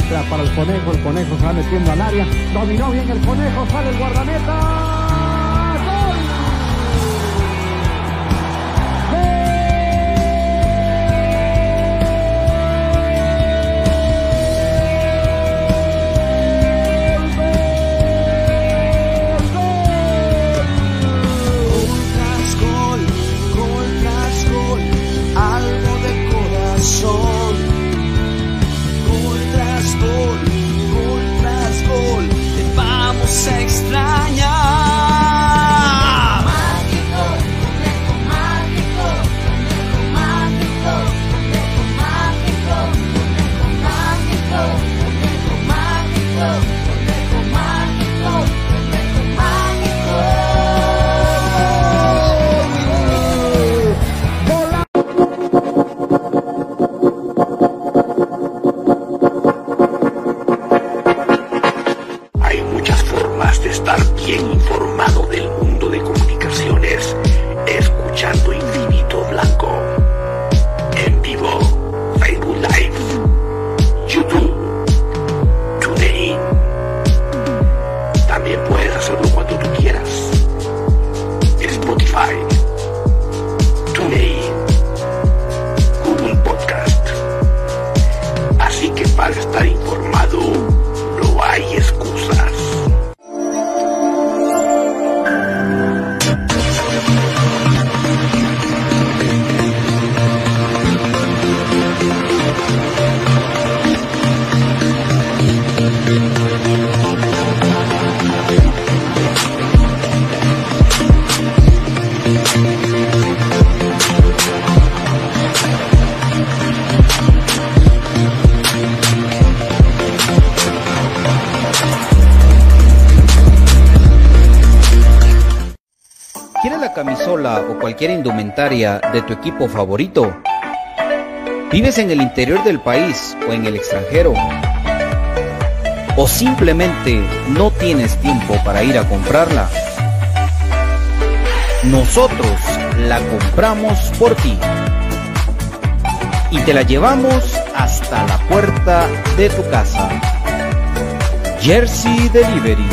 entra para el Conejo sale metiendo al área, dominó bien el Conejo, sale el guardameta. Se extraña. Mágico, conejo mágico, conejo mágico, conejo mágico, conejo mágico, conejo mágico, conejo mágico, conejo mágico. Hay muchas formas de estar bien informado del mundo de comunicaciones, escuchando Infinito Blanco. En vivo, Facebook Live, YouTube, TuneIn. También puedes hacerlo cuando tú quieras. Spotify, TuneIn, Google Podcast. Así que para estar informado, no hay excusas. ¿Quieres la camisola o cualquier indumentaria de tu equipo favorito? ¿Vives en el interior del país o en el extranjero? ¿O simplemente no tienes tiempo para ir a comprarla? Nosotros la compramos por ti y te la llevamos hasta la puerta de tu casa. Jersey Delivery.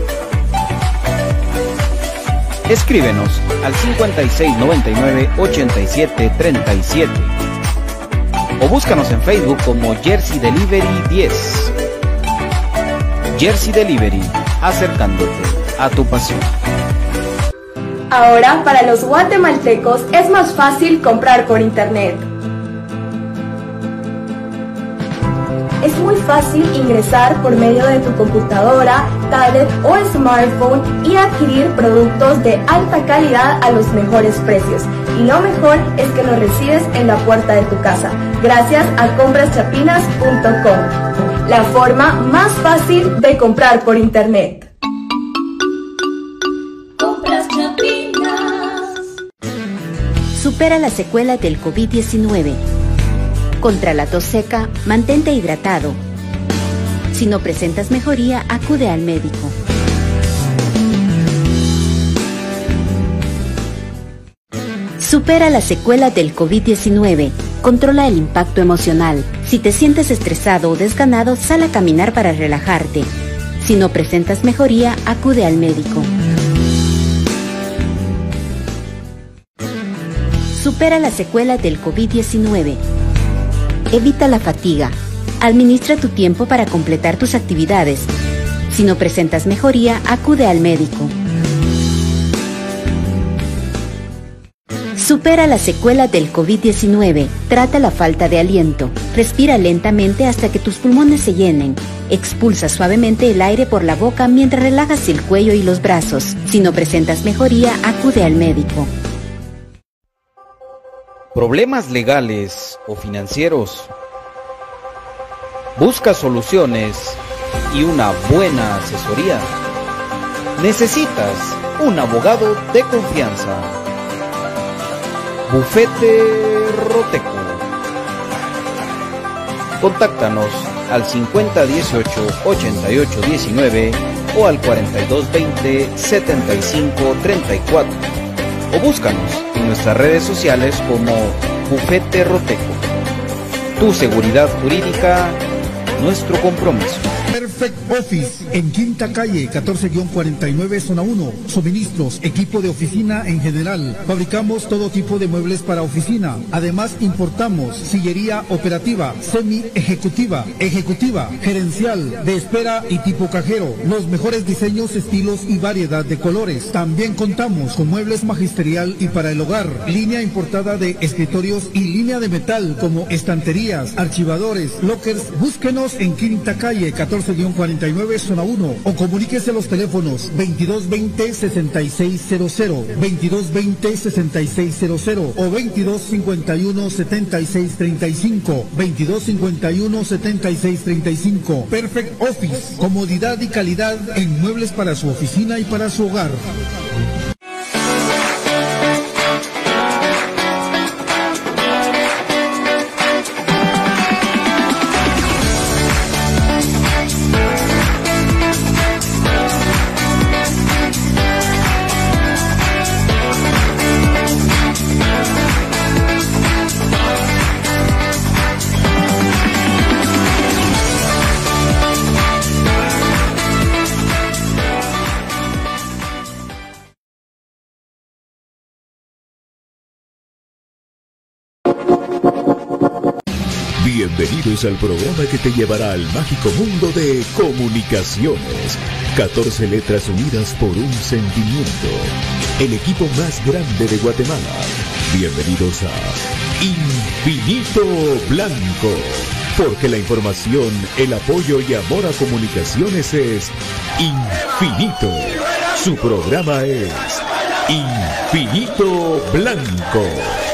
Escríbenos al 5699-8737 o búscanos en Facebook como Jersey Delivery 10. Jersey Delivery, acercándote a tu pasión. Ahora, para los guatemaltecos es más fácil comprar por internet. Es muy fácil ingresar por medio de tu computadora, tablet o smartphone y adquirir productos de alta calidad a los mejores precios. Y lo mejor es que los recibes en la puerta de tu casa, gracias a compraschapinas.com, la forma más fácil de comprar por internet. Compras Chapinas. Supera las secuelas del COVID-19. Contra la tos seca, mantente hidratado. Si no presentas mejoría, acude al médico. Supera las secuelas del COVID-19. Controla el impacto emocional. Si te sientes estresado o desganado, sal a caminar para relajarte. Si no presentas mejoría, acude al médico. Supera las secuelas del COVID-19. Evita la fatiga. Administra tu tiempo para completar tus actividades. Si no presentas mejoría, acude al médico. Supera las secuelas del COVID-19. Trata la falta de aliento. Respira lentamente hasta que tus pulmones se llenen. Expulsa suavemente el aire por la boca mientras relajas el cuello y los brazos. Si no presentas mejoría, acude al médico. ¿Problemas legales o financieros? ¿Buscas soluciones y una buena asesoría? Necesitas un abogado de confianza. Bufete Roteco. Contáctanos al 5018-8819 o al 4220-7534 o búscanos en nuestras redes sociales como Bufete Roteco. Tu seguridad jurídica nuestro compromiso. Perfect Office, en Quinta Calle, 14-49, Zona 1. Suministros, equipo de oficina en general. Fabricamos todo tipo de muebles para oficina. Además, importamos sillería operativa, semi-ejecutiva, ejecutiva, gerencial, de espera y tipo cajero. Los mejores diseños, estilos y variedad de colores. También contamos con muebles magisterial y para el hogar. Línea importada de escritorios y línea de metal como estanterías, archivadores, lockers. Búsquenos en Quinta Calle, 14-49, Zona 1, o comuníquese a los teléfonos 2220-6600, 2220-6600 o 2251-7635, 2251-7635. Perfect Office, comodidad y calidad en muebles para su oficina y para su hogar. Bienvenidos al programa que te llevará al mágico mundo de comunicaciones. 14 letras unidas por un sentimiento. El equipo más grande de Guatemala. Bienvenidos a Infinito Blanco. Porque la información, el apoyo y amor a comunicaciones es infinito. Su programa es Infinito Blanco.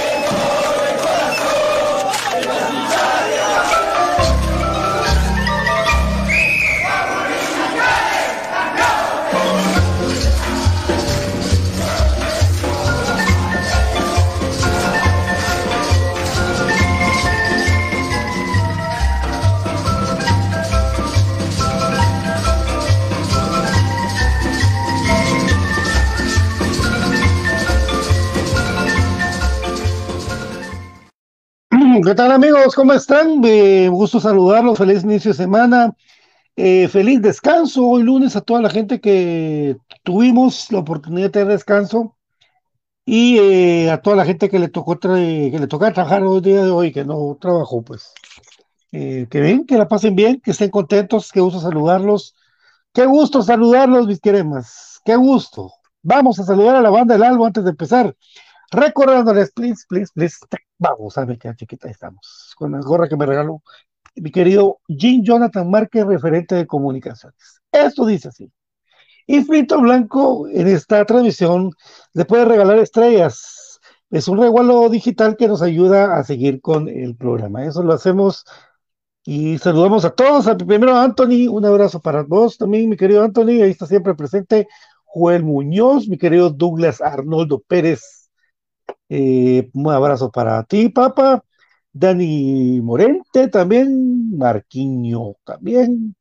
¿Qué tal, amigos? ¿Cómo están? Gusto saludarlos, feliz inicio de semana, feliz descanso hoy lunes a toda la gente que tuvimos la oportunidad de tener descanso y a toda la gente que le tocó que le toca trabajar el día de hoy, que no trabajó, pues que bien, que la pasen bien, que estén contentos, qué gusto saludarlos, mis queremas, qué gusto. Vamos a saludar a la banda del Albo antes de empezar. Recordándoles, please, please, please, vamos a ver qué chiquita estamos, con la gorra que me regaló mi querido Jean Jonathan Márquez, referente de comunicaciones. Esto dice así: Infinito Blanco en esta transmisión le puede regalar estrellas. Es un regalo digital que nos ayuda a seguir con el programa. Eso lo hacemos y saludamos a todos. Primero a Anthony, un abrazo para vos también, mi querido Anthony, ahí está siempre presente. Joel Muñoz, mi querido Douglas Arnoldo Pérez. Un abrazo para ti, papá. Dani Morente también, Marquiño también.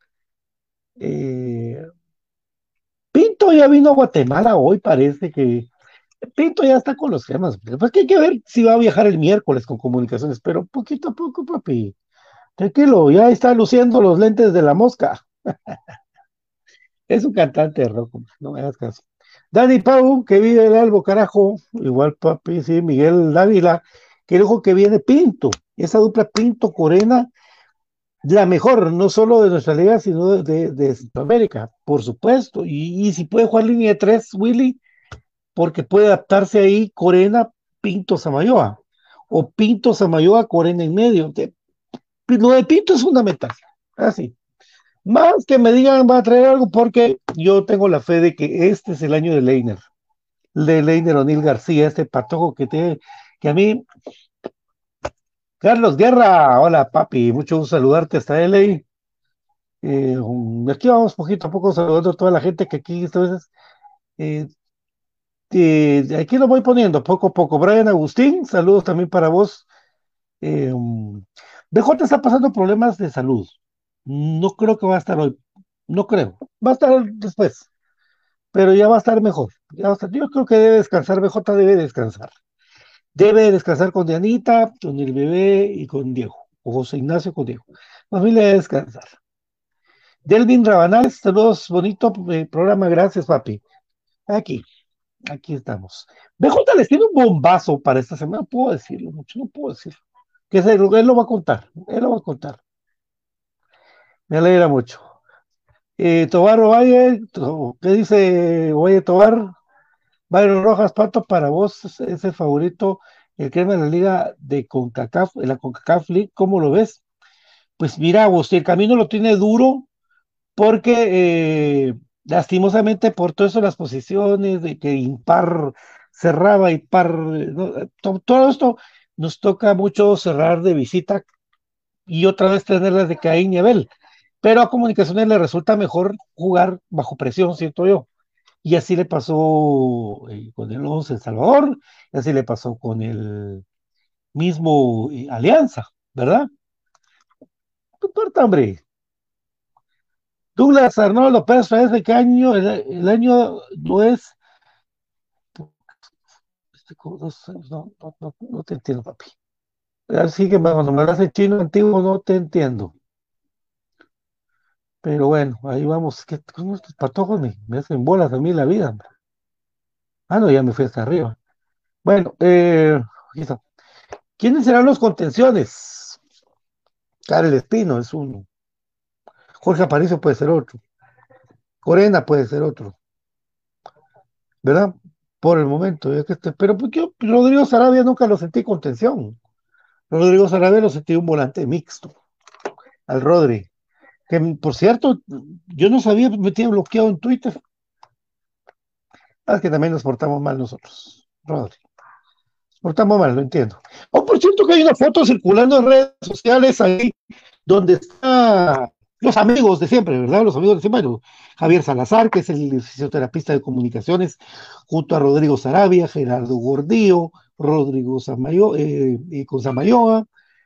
Pinto ya vino a Guatemala hoy, parece que Pinto ya está con los gemas. Pues que hay que ver si va a viajar el miércoles con comunicaciones, pero poquito a poco, papi. Tranquilo, ya está luciendo los lentes de la mosca. Es un cantante de rock, no me hagas caso. Dani Pau, que vive el Albo, carajo, igual papi, sí, Miguel Dávila, que dijo que viene Pinto, esa dupla Pinto Corena, la mejor, no solo de nuestra liga, sino de Centroamérica, por supuesto, y si puede jugar línea 3, Willy, porque puede adaptarse ahí Corena, Pinto, Samayoa, o Pinto, Samayoa, Corena en medio. Lo de Pinto es fundamental, así. Más que me digan va a traer algo, porque yo tengo la fe de que este es el año de Leiner O'Neill García, este patojo que a mí. Carlos Guerra, hola papi, mucho gusto saludarte hasta LA. Aquí vamos poquito a poco saludando a toda la gente que aquí esta vez, aquí lo voy poniendo poco a poco. Brian Agustín, saludos también para vos. BJ está pasando problemas de salud. No creo que va a estar hoy. No creo. Va a estar después. Pero ya va a estar mejor. Ya va a estar. Yo creo que debe descansar. BJ debe descansar. Debe descansar con Dianita, con el bebé y con Diego. o José Ignacio Conejo. Familia de descansar. Delvin Rabanales, saludos, bonito programa, gracias, papi. Aquí, aquí estamos. BJ les tiene un bombazo para esta semana, no puedo decirlo mucho, no puedo decirlo. Él lo va a contar, él lo va a contar. Me alegra mucho. Tobar Ovalle, ¿qué dice Ovalle Tobar? Byron Rojas, Pato, para vos es el favorito, el crema de la liga de CONCACAF, la CONCACAF League, ¿cómo lo ves? Pues mira, vos, el camino lo tiene duro porque lastimosamente por todo eso las posiciones de que impar cerraba y par, ¿no? Todo esto nos toca mucho cerrar de visita y otra vez tenerlas de Caín y Abel, pero a Comunicaciones le resulta mejor jugar bajo presión, siento yo. Y así le pasó con el 11 El Salvador, y así le pasó con el mismo Alianza, ¿verdad? No importa, hombre. Douglas Arnoldo Pérez parece que el año no es. No te entiendo, papi. Así que cuando me hablas en chino antiguo no te entiendo. Pero bueno, ahí vamos. ¿Cómo estos patojos me hacen bolas a mí la vida, hombre? Ah, no, ya me fui hasta arriba. Bueno, aquí está. ¿Quiénes serán los contenciones? Karel Espino es uno. Jorge Aparicio puede ser otro. Corena puede ser otro. ¿Verdad? Por el momento. Pero pues, yo, Rodrigo Sarabia nunca lo sentí contención. Rodrigo Sarabia lo sentí un volante mixto. Al Rodri. Que por cierto, yo no sabía, me tiene bloqueado en Twitter. Es que también nos portamos mal nosotros. Rodri. Nos portamos mal, lo entiendo. Oh, por cierto que hay una foto circulando en redes sociales ahí donde está los amigos de siempre, ¿verdad? Los amigos de siempre. Javier Salazar, que es el fisioterapista de comunicaciones, junto a Rodrigo Sarabia, Gerardo Gordillo, Rodrigo Samayo, con Samayoa,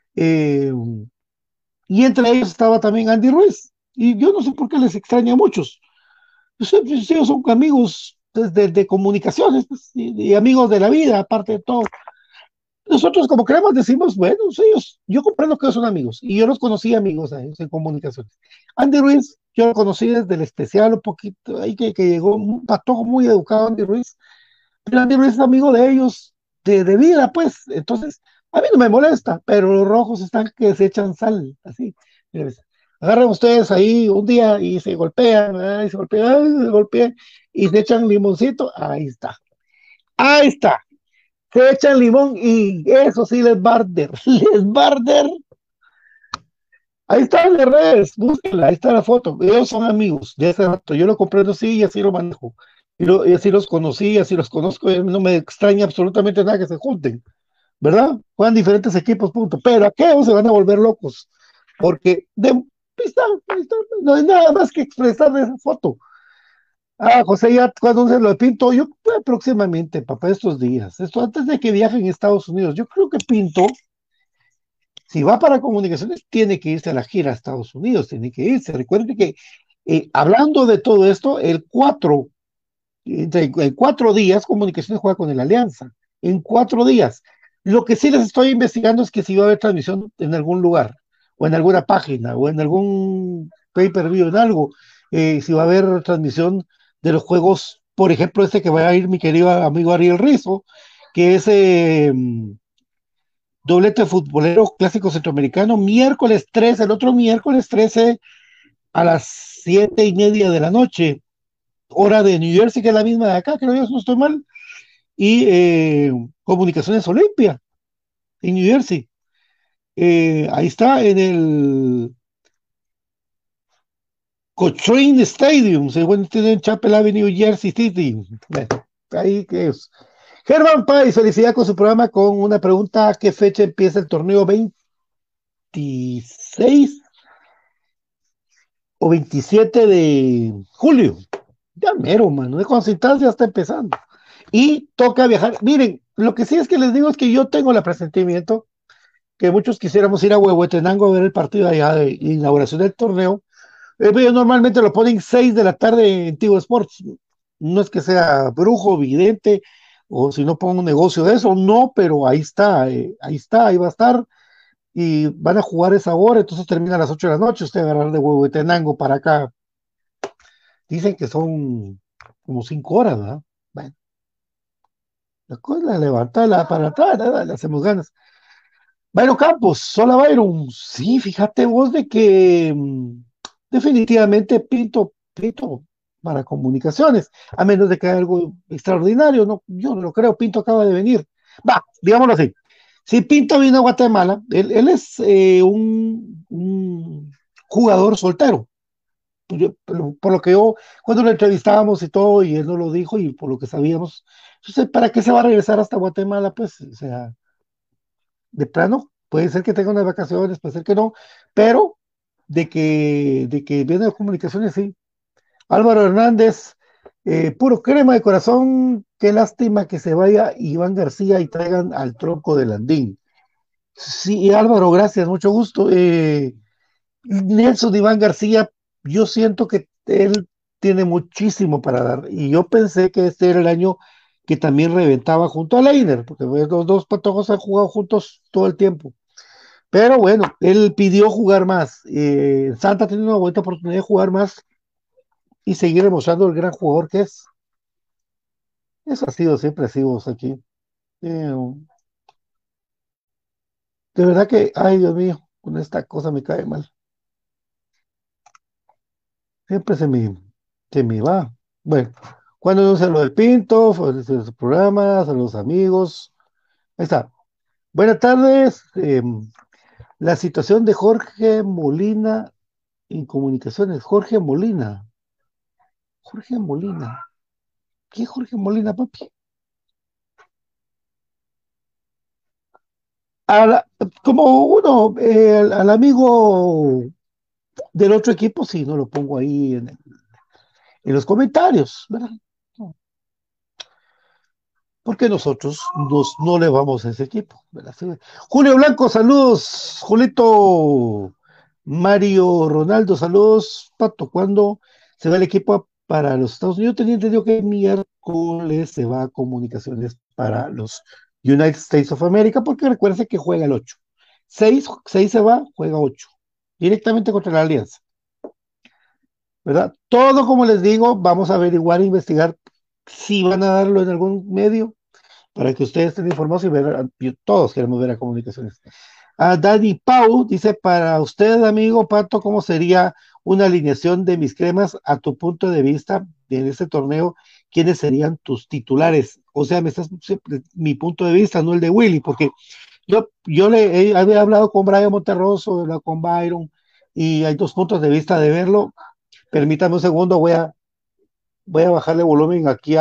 y entre ellos estaba también Andy Ruiz. Y yo no sé por qué les extraña a muchos. Ellos son amigos de comunicaciones pues, y amigos de la vida, aparte de todo. Nosotros como creemos decimos, bueno, ellos, yo comprendo que son amigos y yo los conocí amigos a ellos en comunicaciones. Andy Ruiz, yo lo conocí desde el especial un poquito, ahí que llegó un patojo muy educado Andy Ruiz, pero Andy Ruiz es amigo de ellos de vida, pues, entonces a mí no me molesta, pero los rojos están que se echan sal, así. Agarran ustedes ahí un día y se golpean, y se golpean, se golpean y se echan limoncito, ahí está. Ahí está. Se echan limón y eso sí les barder. Les barder. Ahí está en las redes, búsquenla, ahí está la foto. Ellos son amigos de ese rato. Yo lo comprendo así y así lo manejo. Y así los conocí, así los conozco. No me extraña absolutamente nada que se junten, ¿verdad? Juegan diferentes equipos, punto. Pero aquellos se van a volver locos. Porque ahí está, no hay nada más que expresar de esa foto. Ah, José, ya cuando se lo pinto, yo próximamente, papá, estos días, esto antes de que viajen a Estados Unidos, yo creo que Pinto, si va para comunicaciones, tiene que irse a la gira a Estados Unidos, tiene que irse. Recuerden que hablando de todo esto, en 4 días, comunicaciones juega con el Alianza, en 4 días. Lo que sí les estoy investigando es que si va a haber transmisión en algún lugar, o en alguna página, o en algún pay-per-view, en algo, si va a haber transmisión de los juegos, por ejemplo, este que va a ir mi querido amigo Ariel Rizo, que es doblete futbolero clásico centroamericano, miércoles 13, el otro miércoles 13 a las 7:30 de la noche, hora de New Jersey, que es la misma de acá, creo yo, si no estoy mal, y Comunicaciones Olimpia, en New Jersey. Ahí está, en el Cochrane Stadium, según en Chapel Avenue, Jersey City. Bueno, ahí que es. Germán Páez, felicidad con su programa con una pregunta: ¿a qué fecha empieza el torneo? ¿26 o 27 de julio? Ya mero, mano, de consultancia ya está empezando. Y toca viajar. Miren, lo que sí es que les digo es que yo tengo el presentimiento que muchos quisiéramos ir a Huehuetenango a ver el partido allá de inauguración del torneo. Ellos normalmente lo ponen 6 de la tarde en Tigo Sports. No es que sea brujo, vidente, o si no pongo un negocio de eso, no, pero ahí está, ahí va a estar. y van a jugar esa hora, entonces termina a las 8 de la noche, usted agarrar de Huehuetenango para acá. Dicen que son como 5 horas, ¿verdad? Bueno, la cosa, levantarla para atrás, nada, le hacemos ganas. Byron Campos, hola Byron. Sí, fíjate vos de que definitivamente Pinto para comunicaciones, a menos de que haya algo extraordinario, no, yo no lo creo, Pinto acaba de venir. Va, digámoslo así. Si Pinto vino a Guatemala, él es un jugador soltero. Por lo que yo, cuando lo entrevistábamos y todo, y él nos lo dijo, y por lo que sabíamos, entonces, ¿para qué se va a regresar hasta Guatemala? Pues, o sea, de plano, puede ser que tenga unas vacaciones, puede ser que no, pero de que viene de comunicaciones, sí. Álvaro Hernández, puro crema de corazón, qué lástima que se vaya Iván García y traigan al tronco de Landín. Sí, Álvaro, gracias, mucho gusto. Nelson Iván García, yo siento que él tiene muchísimo para dar, y yo pensé que este era el año que también reventaba junto a Leiner, porque pues, los dos patojos han jugado juntos todo el tiempo. Pero bueno, él pidió jugar más. Santa tiene una buena oportunidad de jugar más y seguir demostrando el gran jugador que es. Eso ha sido, siempre ha sido aquí. Eh, de verdad que, ay Dios mío, con esta cosa me cae mal. Siempre se me va. Bueno, cuando no sé lo del Pinto, los programas, a los amigos. Ahí está. Buenas tardes. La situación de Jorge Molina en comunicaciones. Jorge Molina. Jorge Molina. ¿Qué es Jorge Molina, papi? Al- Como uno, al amigo del otro equipo, sí, no lo pongo ahí en los comentarios, ¿verdad? No, porque nosotros no le vamos a ese equipo, ¿verdad? Sí. Julio Blanco, saludos. Julito, Mario Ronaldo, saludos. Pato, ¿cuándo se va el equipo para los Estados Unidos? Tenía entendido que miércoles se va a comunicaciones para los United States of America, porque recuerden que juega el 8. Seis se va, juega 8 directamente contra la Alianza, ¿verdad? Todo, como les digo, vamos a averiguar e investigar si van a darlo en algún medio para que ustedes estén informados y ver, todos queremos ver a comunicaciones. Dani Pau dice, para usted, amigo Pato, ¿cómo sería una alineación de mis cremas a tu punto de vista en este torneo? ¿Quiénes serían tus titulares? O sea, mi punto de vista, no el de Willy, porque había hablado con Brian Monterroso, he hablado con Byron, y hay dos puntos de vista de verlo. Permítame un segundo, voy a bajarle volumen aquí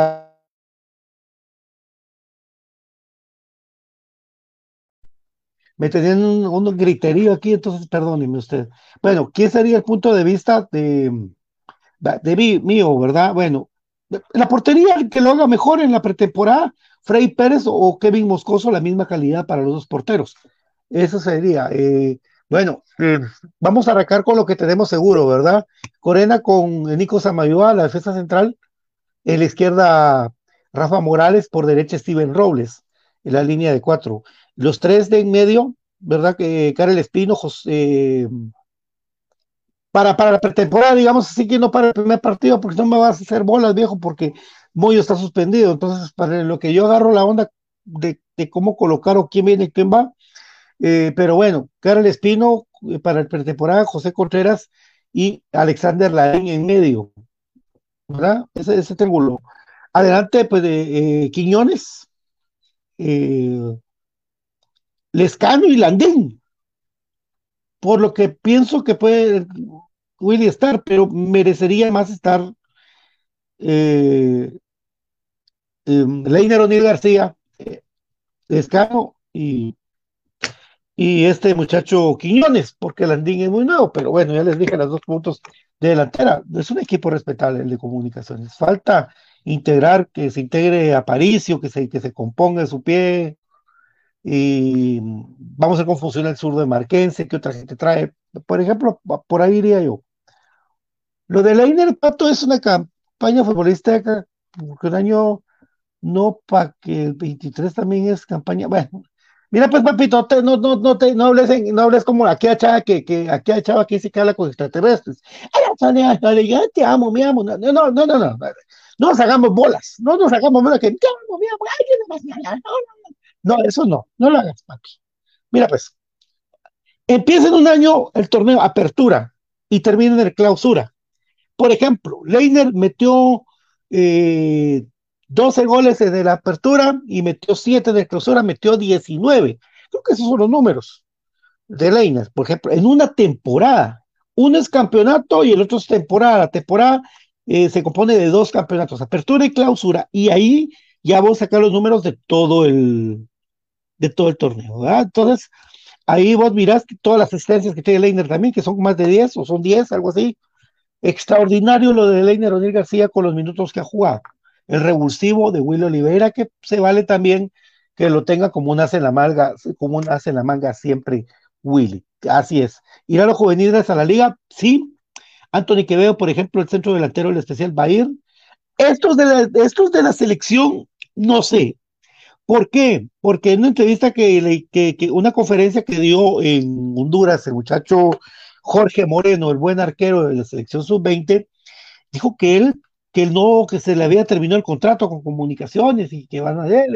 me tenían un griterío aquí, entonces perdóneme usted. Bueno, ¿quién sería el punto de vista de mío, verdad? Bueno, la portería, el que lo haga mejor en la pretemporada, Freddy Pérez o Kevin Moscoso, la misma calidad para los dos porteros. Eso sería. Bueno, vamos a arrancar con lo que tenemos seguro, ¿verdad? Corena con Nico Samayoa, la defensa central. En la izquierda, Rafa Morales, por derecha, Steven Robles, en la línea de cuatro. Los tres de en medio, ¿verdad? Que Karel Espino, para la pretemporada, digamos así que no para el primer partido, porque no me vas a hacer bolas, viejo, porque Moyo está suspendido. Entonces, para lo que yo agarro la onda de cómo colocar o quién viene y quién va. Pero bueno, Karel Espino para el pretemporada, José Contreras y Alexander Larín en medio, ¿verdad? Ese triángulo. Adelante, pues de Quiñones, eh, Lescano y Landín, por lo que pienso que puede Willy estar, pero merecería más estar eh, Leiner O'Neill García, Lescano y este muchacho Quiñones, porque Landín es muy nuevo, pero bueno, ya les dije los dos puntos de delantera. Es un equipo respetable el de comunicaciones. Falta integrar, que se integre Aparicio, que se componga en su pie, y vamos a ver cómo funciona el sur de Marquense, qué otra gente trae. Por ejemplo, por ahí iría yo. Lo de Leiner Pato es una campaña futbolística, porque un año no, para que el 23 también es campaña. Bueno, Mira, pues, papito, no hables, no hables como aquella chava aquella chava que dice que habla con extraterrestres. Ay, Sonia, Sonia, yo te amo, mi amo. No. No nos hagamos bolas, no nos hagamos bolas que te amo, mi amo. Ay, yo no más nada. No, eso no lo hagas, papi. Mira, pues, empieza en un año el torneo Apertura y termina en el Clausura. Por ejemplo, Leiner metió eh, 12 goles en la Apertura y metió 7 en el Clausura, metió 19. Creo que esos son los números de Leiner, por ejemplo, en una temporada. Uno es campeonato y el otro es temporada. La temporada se compone de dos campeonatos, Apertura y Clausura, y ahí ya vos a sacar los números de todo el torneo, ¿verdad? Entonces, ahí vos mirás todas las asistencias que tiene Leiner también, que son más de 10 o son 10, algo así. Extraordinario lo de Leiner O'Neill García con los minutos que ha jugado. El revulsivo de Will Oliveira, que se vale también que lo tenga como un as en la manga, como un as en la manga siempre, Willy. Así es. Ir a los juveniles a la liga, sí. Anthony Quevedo, por ejemplo, el centro delantero del especial va a ir. Estos de la selección, no sé. ¿Por qué? Porque en una entrevista una conferencia que dio en Honduras, el muchacho Jorge Moreno, el buen arquero de la selección sub-20, dijo que se le había terminado el contrato con comunicaciones y que van a él.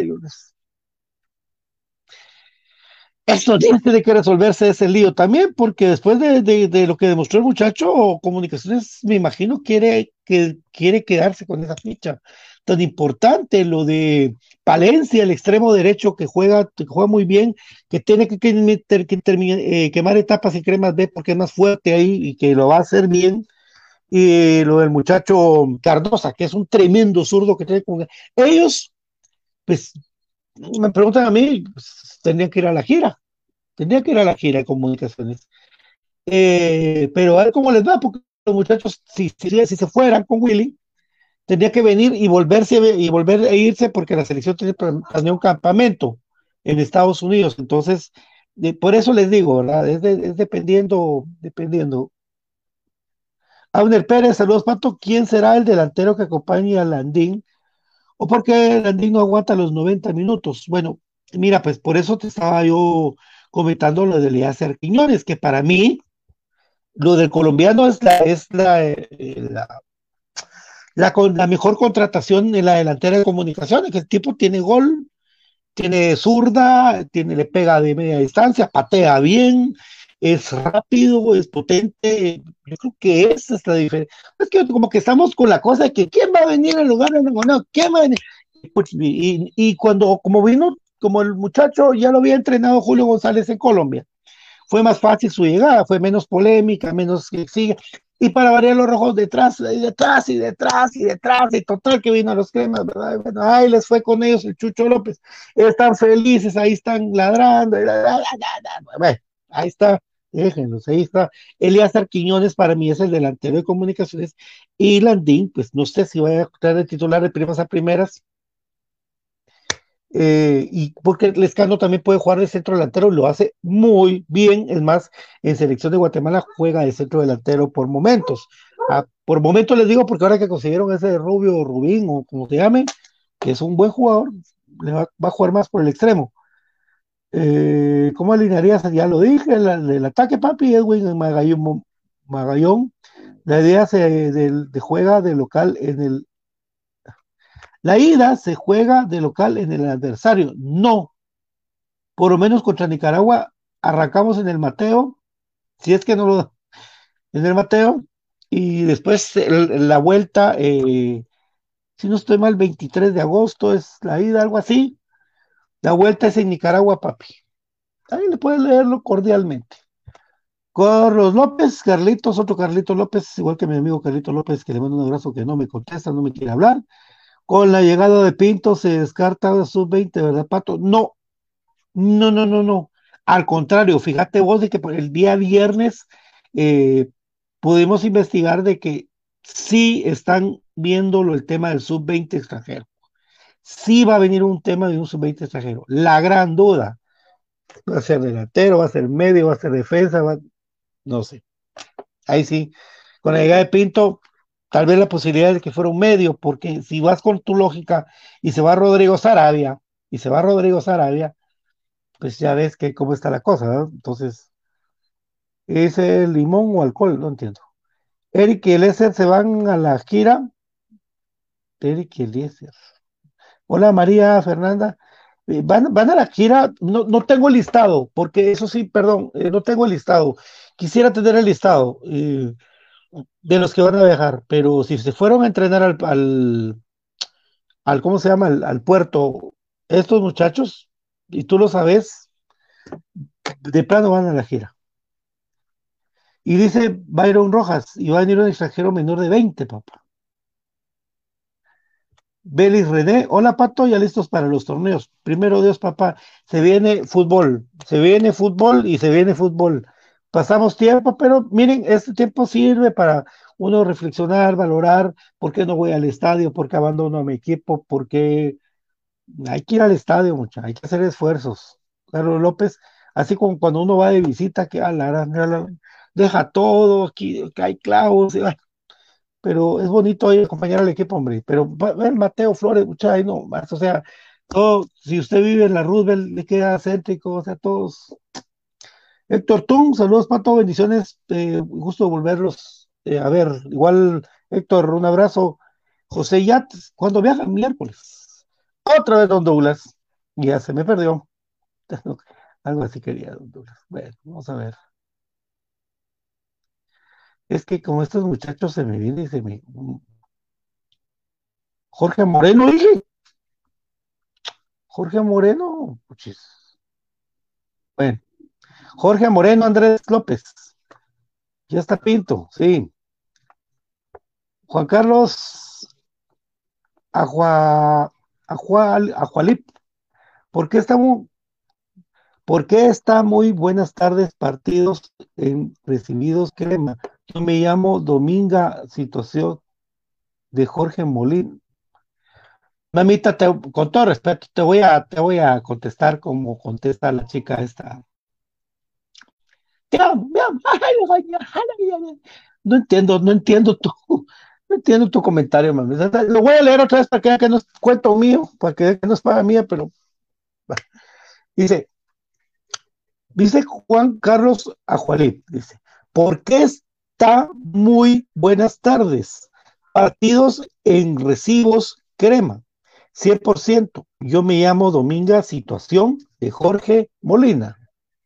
Esto tiene que resolverse ese lío también, porque después de lo que demostró el muchacho, Comunicaciones, me imagino, quiere quedarse con esa ficha tan importante, lo de Palencia, el extremo derecho que juega muy bien, que tiene quemar etapas y cremas B porque es más fuerte ahí y que lo va a hacer bien. Y lo del muchacho Cardosa, que es un tremendo zurdo que tiene con ellos, pues me preguntan a mí, pues, tendrían que ir a la gira de Comunicaciones. Pero a ver cómo les va, porque los muchachos, si se fueran con Willy, tendría que venir y volver a irse porque la selección tiene planeado un campamento en Estados Unidos. Entonces, por eso les digo, ¿verdad? Es dependiendo. Abner Pérez, saludos, Pato. ¿Quién será el delantero que acompañe a Landín? ¿O porque Landín no aguanta los 90 minutos? Bueno, mira, pues por eso te estaba yo comentando lo de Elías Quiñones, que para mí lo del colombiano la mejor contratación en la delantera de Comunicaciones, que el tipo tiene gol, tiene zurda, le pega de media distancia, patea bien, es rápido, es potente. Yo creo que esa es la diferencia. Es que como que estamos con la cosa de que quién va a venir en lugar de no, quién va a venir. Y cuando, como el muchacho ya lo había entrenado Julio González en Colombia, fue más fácil su llegada, fue menos polémica, menos que sigue. Y para variar los rojos detrás, y detrás, y detrás, y detrás, y total que vino a los cremas, ¿verdad? Bueno, ahí les fue con ellos el Chucho López. Están felices, ahí están ladrando. Bueno, ahí está, déjenlos, ahí está. Elías Quiñones para mí es el delantero de Comunicaciones. Y Landín, pues no sé si va a estar de titular de primas a primeras. Y porque Lescano también puede jugar de centro delantero, lo hace muy bien. Es más, en selección de Guatemala juega de centro delantero por momentos. Por momentos les digo, porque ahora que consiguieron ese Rubio Rubín o como se llame, que es un buen jugador, va a jugar más por el extremo. ¿Cómo alinearías? Ya lo dije, del ataque, papi, Edwin Magallón. La idea de juega de local en el la ida se juega de local en el adversario. No, por lo menos contra Nicaragua arrancamos en el Mateo, si es que no lo da, en el Mateo, y después la vuelta, si no estoy mal, 23 de agosto es la ida, algo así. La vuelta es en Nicaragua, papi. Ahí le puedes leerlo cordialmente. Carlos López, Carlitos, otro Carlitos López, igual que mi amigo Carlitos López, que le mando un abrazo que no me contesta, no me quiere hablar. Con la llegada de Pinto se descarta sub-20, ¿verdad, Pato? No. Al contrario, fíjate vos de que por el día viernes eh, pudimos investigar de que sí están viéndolo el tema del sub-20 extranjero. Sí va a venir un tema de un sub-20 extranjero. La gran duda, va a ser delantero, va a ser medio, va a ser defensa, no sé. Ahí sí, con la llegada de Pinto, tal vez la posibilidad de que fuera un medio, porque si vas con tu lógica y se va Rodrigo Sarabia, pues ya ves que cómo está la cosa, ¿no? Entonces, ¿es el limón o alcohol? No entiendo. Eric y Eliezer se van a la gira. Eric y Eliezer. Hola María Fernanda. Van a la gira, no tengo el listado, porque eso sí, perdón, no tengo el listado. Quisiera tener el listado de los que van a viajar, pero si se fueron a entrenar al ¿cómo se llama? Al puerto, estos muchachos, y tú lo sabes, de plano van a la gira. Y dice Byron Rojas, y va a venir un extranjero menor de 20, papá. Belis René, hola Pato, ya listos para los torneos. Primero Dios, papá, se viene fútbol y se viene fútbol. Pasamos tiempo, pero miren, este tiempo sirve para uno reflexionar, valorar por qué no voy al estadio, por qué abandono a mi equipo, por qué hay que ir al estadio, mucha, hay que hacer esfuerzos. Carlos López, así como cuando uno va de visita, que deja todo, aquí que hay clavos, pero es bonito ahí acompañar al equipo, hombre. Pero ver Mateo Flores, mucha, ahí no más, o sea, todo, si usted vive en la Roosevelt, le queda céntrico, o sea, todos. Héctor Tung, saludos, Pato, bendiciones, gusto volverlos a ver. Igual, Héctor, un abrazo. José Yat, ¿cuándo viaja? Miércoles. Otra vez Don Douglas. Ya se me perdió. Algo así quería Don Douglas. Bueno, vamos a ver. Es que como estos muchachos se me vienen y se me... Jorge Moreno, dije. Jorge Moreno. Puchis. Bueno, Jorge Moreno, Andrés López. Ya está Pinto, sí. Juan Carlos Ajua, Ajualip. ¿Por qué estamos, ¿por qué está muy buenas tardes partidos en recibidos crema? Yo me llamo Dominga, situación de Jorge Molín. Mamita, con todo respeto, te voy a contestar como contesta la chica esta. Te amo, no entiendo tu comentario, mami. O sea, lo voy a leer otra vez para que vean que no es cuento mío, para que vean que no es paga mía, pero bueno. Dice, dice Juan Carlos Ajualí, dice, ¿por qué está muy buenas tardes? Partidos en recibos crema, 100%. Yo me llamo Dominga, situación de Jorge Molina.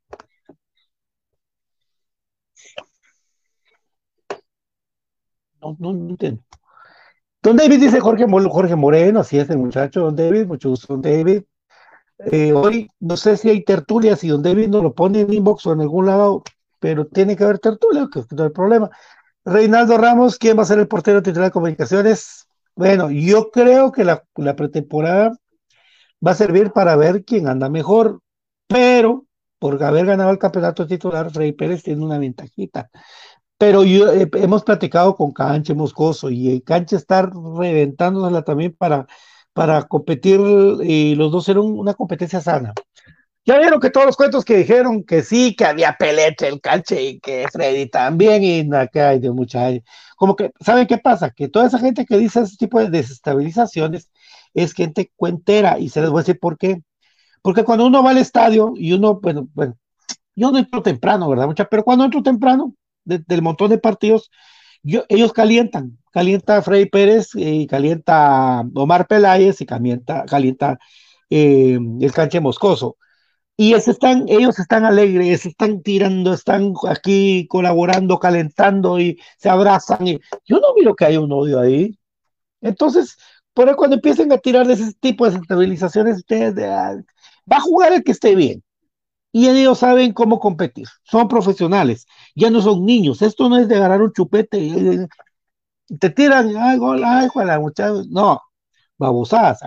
No entiendo. Don David dice Jorge Moreno, así es el muchacho, Don David, mucho gusto, Don David. Hoy no sé si hay tertulia, si Don David nos lo pone en inbox o en algún lado, pero tiene que haber tertulia, que no hay problema. Reinaldo Ramos, ¿quién va a ser el portero titular de Comunicaciones? Bueno, yo creo que la pretemporada va a servir para ver quién anda mejor, pero por haber ganado el campeonato titular, Freddy Pérez tiene una ventajita. Pero hemos platicado con Canche Moscoso y Canche está reventándonosla también para competir y los dos ser una competencia sana. Ya vieron que todos los cuentos que dijeron que sí, que había Pelete, el Canche y que Freddy también, y que hay de mucha. Como que, ¿saben qué pasa? Que toda esa gente que dice ese tipo de desestabilizaciones es gente cuentera, y se les voy a decir por qué. Porque cuando uno va al estadio y uno, bueno, yo no entro temprano, ¿verdad? Pero cuando entro temprano, del montón de partidos, ellos calienta Freddy Pérez y calienta Omar Peláez y calienta el Canche Moscoso. Y ellos están alegres, están tirando, están aquí colaborando, calentando y se abrazan. Y yo no miro que haya un odio ahí. Entonces, por ahí cuando empiecen a tirar de ese tipo de estabilizaciones, va a jugar el que esté bien. Y ellos saben cómo competir. Son profesionales, ya no son niños. Esto no es de agarrar un chupete y te tiran, ay, gol, ay, la muchacha. No, babosadas.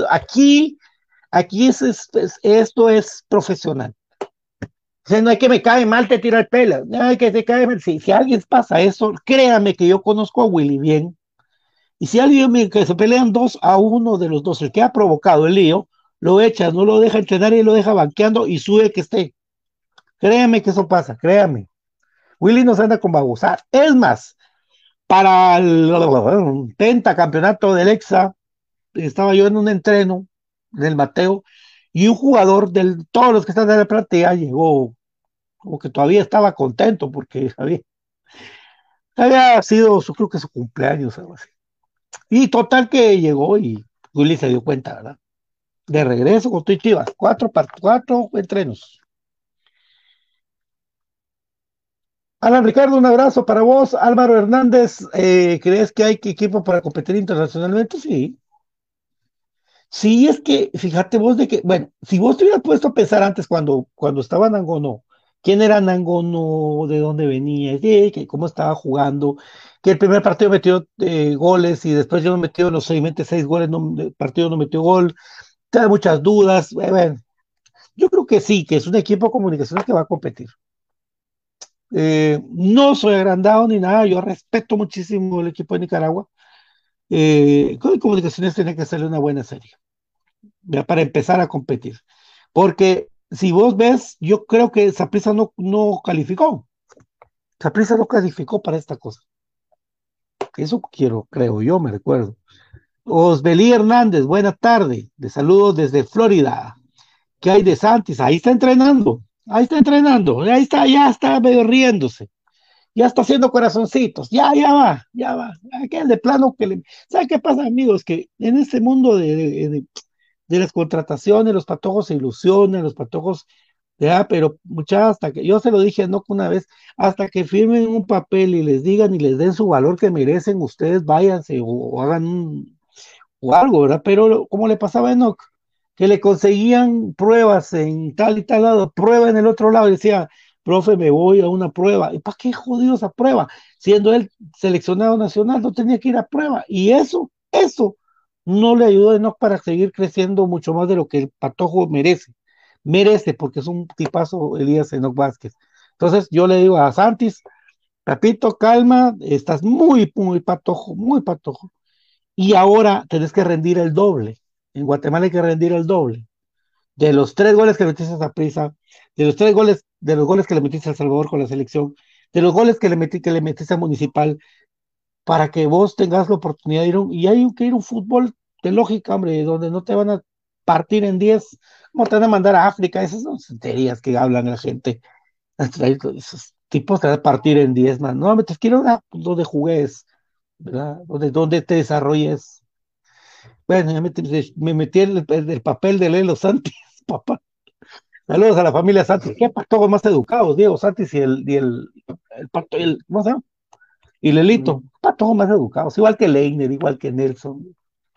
Aquí esto es profesional. O sea, no hay que me cae mal, te tira el pelo. No hay que te cae mal. Si alguien pasa eso, créame que yo conozco a Willy bien. Y si alguien que se pelean 2-1 de los dos, el que ha provocado el lío, lo echa, no lo deja entrenar y lo deja banqueando y sube que esté. Créame que eso pasa, créame. Willy no se anda con babosar. Es más, para el pentacampeonato del EXA, estaba yo en un entreno del Mateo y un jugador todos los que están en la plantilla llegó, como que todavía estaba contento porque había sido, creo que su cumpleaños, algo así. Y total que llegó y Willy se dio cuenta, ¿verdad? De regreso con tu Chivas, cuatro entrenos. Alan Ricardo, un abrazo para vos. Álvaro Hernández, ¿crees que hay equipo para competir internacionalmente? Sí. Sí, es que, fíjate vos de que, bueno, si vos te hubieras puesto a pensar antes cuando estaba Nangono, quién era Nangono, de dónde venía, cómo estaba jugando, que el primer partido metió goles y después ya no metió los siguientes 6 goles, el partido no metió gol, te da muchas dudas. Bueno, yo creo que sí, que es un equipo de comunicaciones que va a competir. No soy agrandado ni nada, yo respeto muchísimo el equipo de Nicaragua. Con comunicaciones tiene que hacerle una buena serie, ya, para empezar a competir. Porque si vos ves, yo creo que Saprissa no calificó. Saprissa no calificó para esta cosa. Eso creo yo, me recuerdo. Osbelí Hernández, buena tarde. De saludos desde Florida. ¿Qué hay de Santis? Ahí está entrenando. Ahí está entrenando. Ahí está, ya está medio riéndose. Ya está haciendo corazoncitos. Ya va, ya va. Aquel de plano que le. ¿Sabe qué pasa, amigos? Que en este mundo de las contrataciones, los patojos se ilusionan, los patojos, ya, pero muchachos, hasta que yo se lo dije no una vez, hasta que firmen un papel y les digan y les den su valor que merecen, ustedes váyanse o hagan o algo, ¿verdad? Pero como le pasaba a Enoch, que le conseguían pruebas en tal y tal lado, prueba en el otro lado, y decía, profe, me voy a una prueba. ¿Y para qué jodido esa prueba? Siendo él seleccionado nacional, no tenía que ir a prueba. Y eso no le ayudó a Enoch para seguir creciendo mucho más de lo que el patojo merece. Merece, porque es un tipazo Elías Enoch Vázquez. Entonces yo le digo a Santis, Papito, calma, estás muy patojo, muy patojo y ahora tenés que rendir el doble. En Guatemala hay que rendir el doble. De los 3 goles que metiste a Saprissa, de los 3 goles, de los goles que le metiste a El Salvador con la selección, de los goles que le metiste a Municipal, para que vos tengas la oportunidad de y hay que ir a un fútbol de lógica, hombre, donde no te van a partir en 10, como te van a mandar a África, esas son tonterías que hablan la gente. Esos tipos te van a partir en 10, man. No, me te quiero una donde jugues, ¿verdad? Donde te desarrolles. Bueno, me metí en el papel de Lelo Santis, papá. Saludos a la familia Santis. Qué patojos más educados, Diego Santis ¿cómo se llama? Y Lelito, patojos más educados, igual que Leiner, igual que Nelson.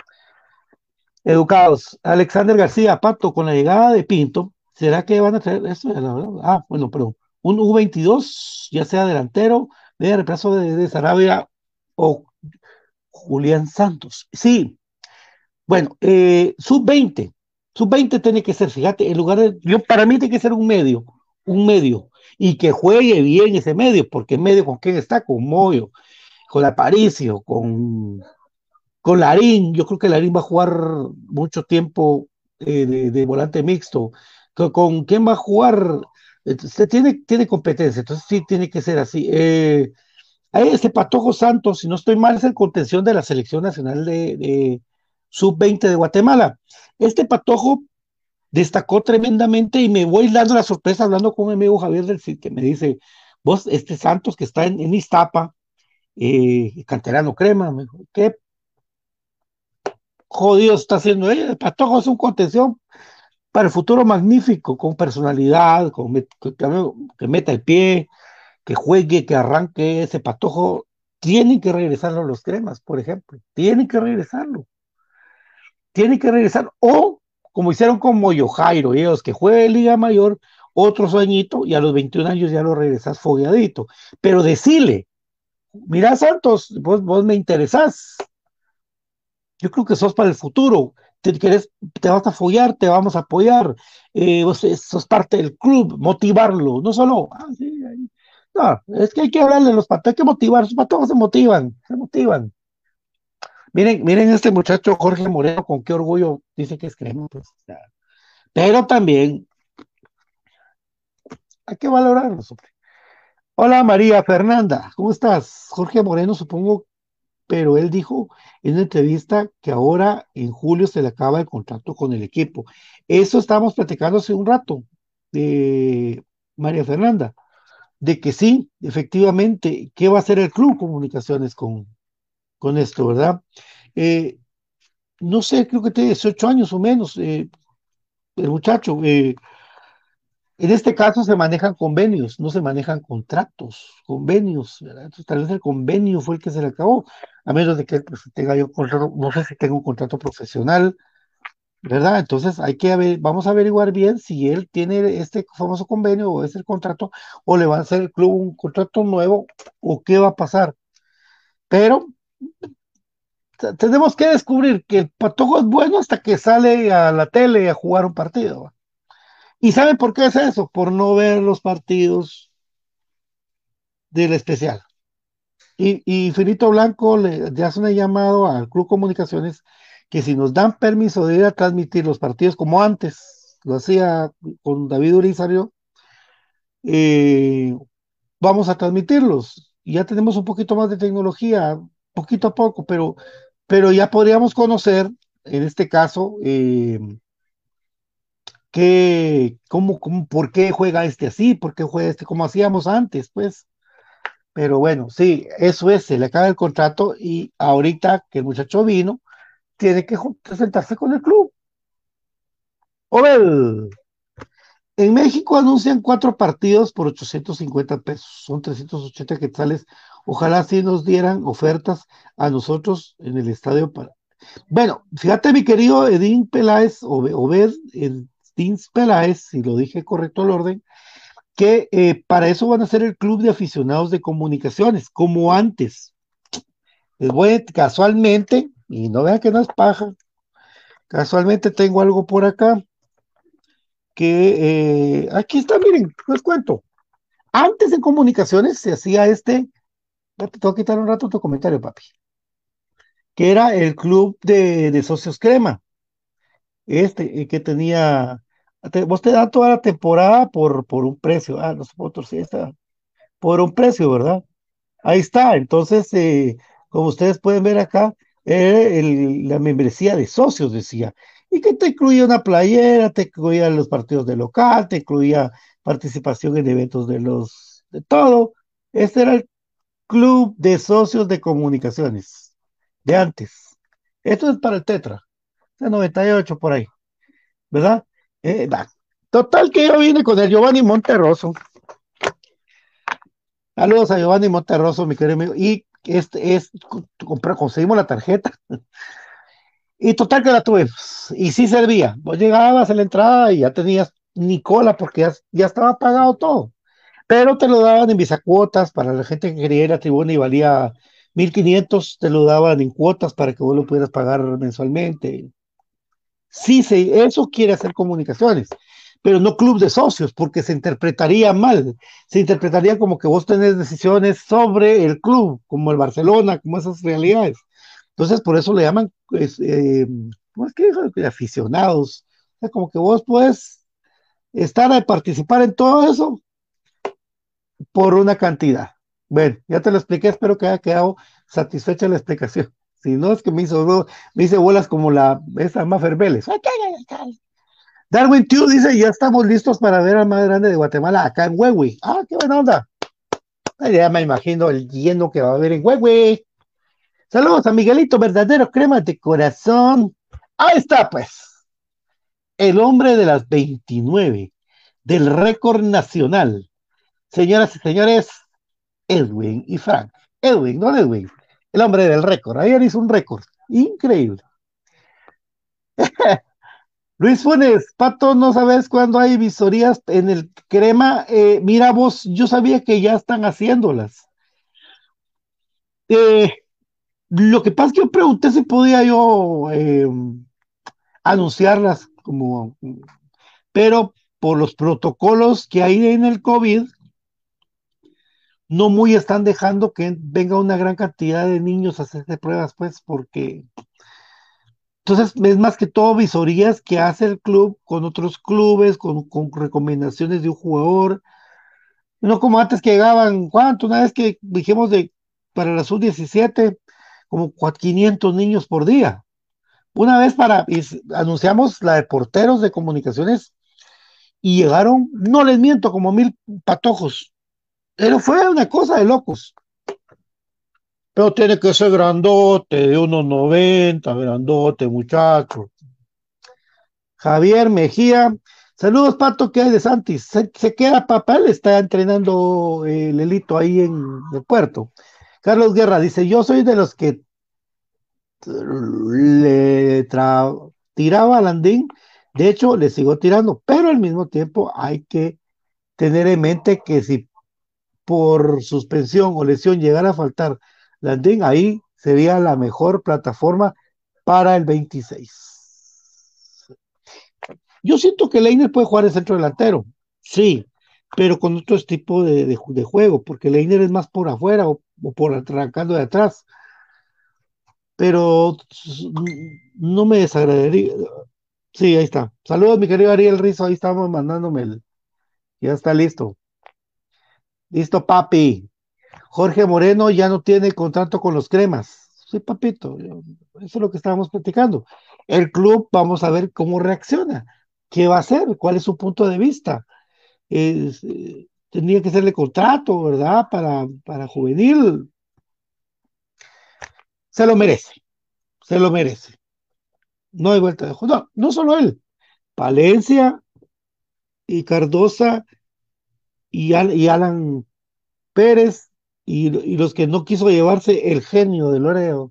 Educados. Alexander García, Pato, con la llegada de Pinto, ¿será que van a traer eso? Bueno, pero un U22, ya sea delantero, de reemplazo de Sarabia o Julián Santos. Sí, bueno, sub-20 tiene que ser, fíjate, en lugar para mí tiene que ser un medio, y que juegue bien ese medio, porque medio con quién está, con Moyo, con Aparicio, con Larín. Yo creo que Larín va a jugar mucho tiempo de volante mixto. ¿Con quién va a jugar? Usted tiene competencia, entonces sí tiene que ser así. Ese Patojo Santos, si no estoy mal, es el contención de la Selección Nacional de Sub-20 de Guatemala. Este Patojo destacó tremendamente y me voy dando la sorpresa hablando con mi amigo Javier del Cid, que me dice, vos, este Santos que está en Iztapa, canterano crema, me dijo, qué jodido está haciendo ella. El Patojo es un contención para el futuro magnífico, con personalidad, que meta el pie, que juegue, que arranque. Ese Patojo. Tienen que regresarlo los cremas, por ejemplo. Tienen que regresarlo. Tienen que regresar. O, como hicieron con Moyo Jairo, ellos que juegue Liga Mayor, otro sueñito, y a los 21 años ya lo regresas fogueadito. Pero decile, mira Santos, vos me interesás. Yo creo que sos para el futuro. Te vas a apoyar, te vamos a apoyar. Vos sos parte del club, motivarlo. No solo, sí, no, es que hay que hablarle a los patos, hay que motivar. Los patos se motivan, se motivan. Miren este muchacho Jorge Moreno, con qué orgullo dice que es crema, pues. Pero también hay que valorarlo. Hombre. Hola María Fernanda, ¿cómo estás? Jorge Moreno, supongo pero él dijo en una entrevista que ahora en julio se le acaba el contrato con el equipo. Eso estábamos platicando hace un rato de María Fernanda, de que sí, efectivamente, ¿qué va a hacer el Club Comunicaciones con esto, verdad? Eh, no sé, creo que tiene 18 años o menos, el muchacho. En este caso se manejan convenios, no se manejan contratos, convenios, ¿verdad? Entonces, tal vez el convenio fue el que se le acabó, a menos de que pues, tenga yo un contrato, no sé si tenga un contrato profesional, ¿verdad? Entonces vamos a averiguar bien si él tiene este famoso convenio o es el contrato, o le va a hacer el club un contrato nuevo, o qué va a pasar. Pero tenemos que descubrir que el Patojo es bueno hasta que sale a la tele a jugar un partido. ¿Va? ¿Y sabe por qué es eso? Por no ver los partidos del especial. Y Finito Blanco le hace una llamado al Club Comunicaciones que si nos dan permiso de ir a transmitir los partidos como antes lo hacía con David Urizario, eh, vamos a transmitirlos. Ya tenemos un poquito más de tecnología, poquito a poco, pero ya podríamos conocer, en este caso, por qué juega este así, por qué juega este como hacíamos antes, pues. Pero bueno, sí, eso es, se le acaba el contrato y ahorita que el muchacho vino, tiene que sentarse con el club. Obel, en México anuncian 4 partidos por 850 pesos, son 380 quetzales. Ojalá sí nos dieran ofertas a nosotros en el estadio para. Bueno, fíjate, mi querido Edín Peláez, Obed Edín Peláez, si lo dije correcto el orden, que para eso van a ser el club de aficionados de comunicaciones, como antes. Les voy casualmente, y no vean que no es paja, casualmente tengo algo por acá que aquí está, miren, les cuento. Antes en comunicaciones se hacía te tengo que quitar un rato tu comentario, papi, que era el club de socios crema, que tenía, vos te dan toda la temporada por un precio, nosotros sí está, por un precio, ¿verdad? Ahí está, entonces, como ustedes pueden ver acá, la membresía de socios decía, y que te incluía una playera, te incluía los partidos de local, te incluía participación en eventos de todo. Este era el club de socios de comunicaciones de antes. Esto es para el Tetra, de 98 por ahí, ¿verdad? Va. Total que yo vine con el Giovanni Monterroso. Saludos a Giovanni Monterroso, mi querido amigo. Y conseguimos la tarjeta. Y total que la tuvimos. Y sí servía. Vos llegabas a la entrada y ya tenías ni cola porque ya estaba pagado todo. Pero te lo daban en bisacuotas para la gente que quería ir a tribuna y valía 1,500, te lo daban en cuotas para que vos lo pudieras pagar mensualmente. Sí, eso quiere hacer comunicaciones, pero no club de socios, porque se interpretaría mal. Se interpretaría como que vos tenés decisiones sobre el club, como el Barcelona, como esas realidades. Entonces, por eso le llaman, pues, ¿cómo es que dijo? Aficionados. O sea, como que vos puedes estar a participar en todo eso por una cantidad. Bueno, ya te lo expliqué, espero que haya quedado satisfecha la explicación. Si no, es que me hice bolas como esa Mafer Vélez. Darwin Tiu dice, ya estamos listos para ver al más grande de Guatemala acá en Huehue. Qué buena onda. Ya me imagino el lleno que va a haber en Huehue. Saludos a Miguelito, verdadero crema de corazón. Ahí está, pues. El hombre de las 29 del récord nacional. Señoras y señores, Edwin y Frank. Edwin, no Edwin. El hombre del récord. Ayer hizo un récord. Increíble. Luis Funes, Pato, ¿no sabes cuándo hay visorías en el crema? Mira vos, yo sabía que ya están haciéndolas. Eh, lo que pasa es que yo pregunté si podía yo anunciarlas, pero por los protocolos que hay en el COVID, no muy están dejando que venga una gran cantidad de niños a hacerse pruebas, pues, porque entonces es más que todo visorías que hace el club con otros clubes, con recomendaciones de un jugador. No como antes que llegaban, ¿cuánto? Una vez que dijimos para la sub-17, como 500 niños por día. Una vez anunciamos la de porteros de comunicaciones y llegaron, no les miento, como 1000 patojos. Pero fue una cosa de locos. Pero tiene que ser grandote, de unos 90, grandote, muchacho. Javier Mejía, saludos, Pato, ¿qué hay de Santis? Se queda papel, está entrenando Lelito ahí en el puerto. Carlos Guerra dice, yo soy de los que tiraba a Landín, de hecho le sigo tirando, pero al mismo tiempo hay que tener en mente que si por suspensión o lesión llegara a faltar Landín, ahí sería la mejor plataforma para el 26. Yo siento que Leiner puede jugar de centro delantero, sí, pero con otro tipo de juego, porque Leiner es más por afuera o por arrancando de atrás, pero no me desagradaría. Sí, ahí está. Saludos, mi querido Ariel Rizo, ahí estamos mandándome ya está listo. Listo, papi. Jorge Moreno ya no tiene contrato con los Cremas. Sí, papito, eso es lo que estábamos platicando. El club, vamos a ver cómo reacciona. ¿Qué va a hacer? ¿Cuál es su punto de vista? Tendría que serle contrato, ¿verdad? Para juvenil. Se lo merece, se lo merece. No hay vuelta de juego. No, no solo él. Palencia y Cardosa y Alan Pérez y los que no quiso llevarse el genio de Loreo.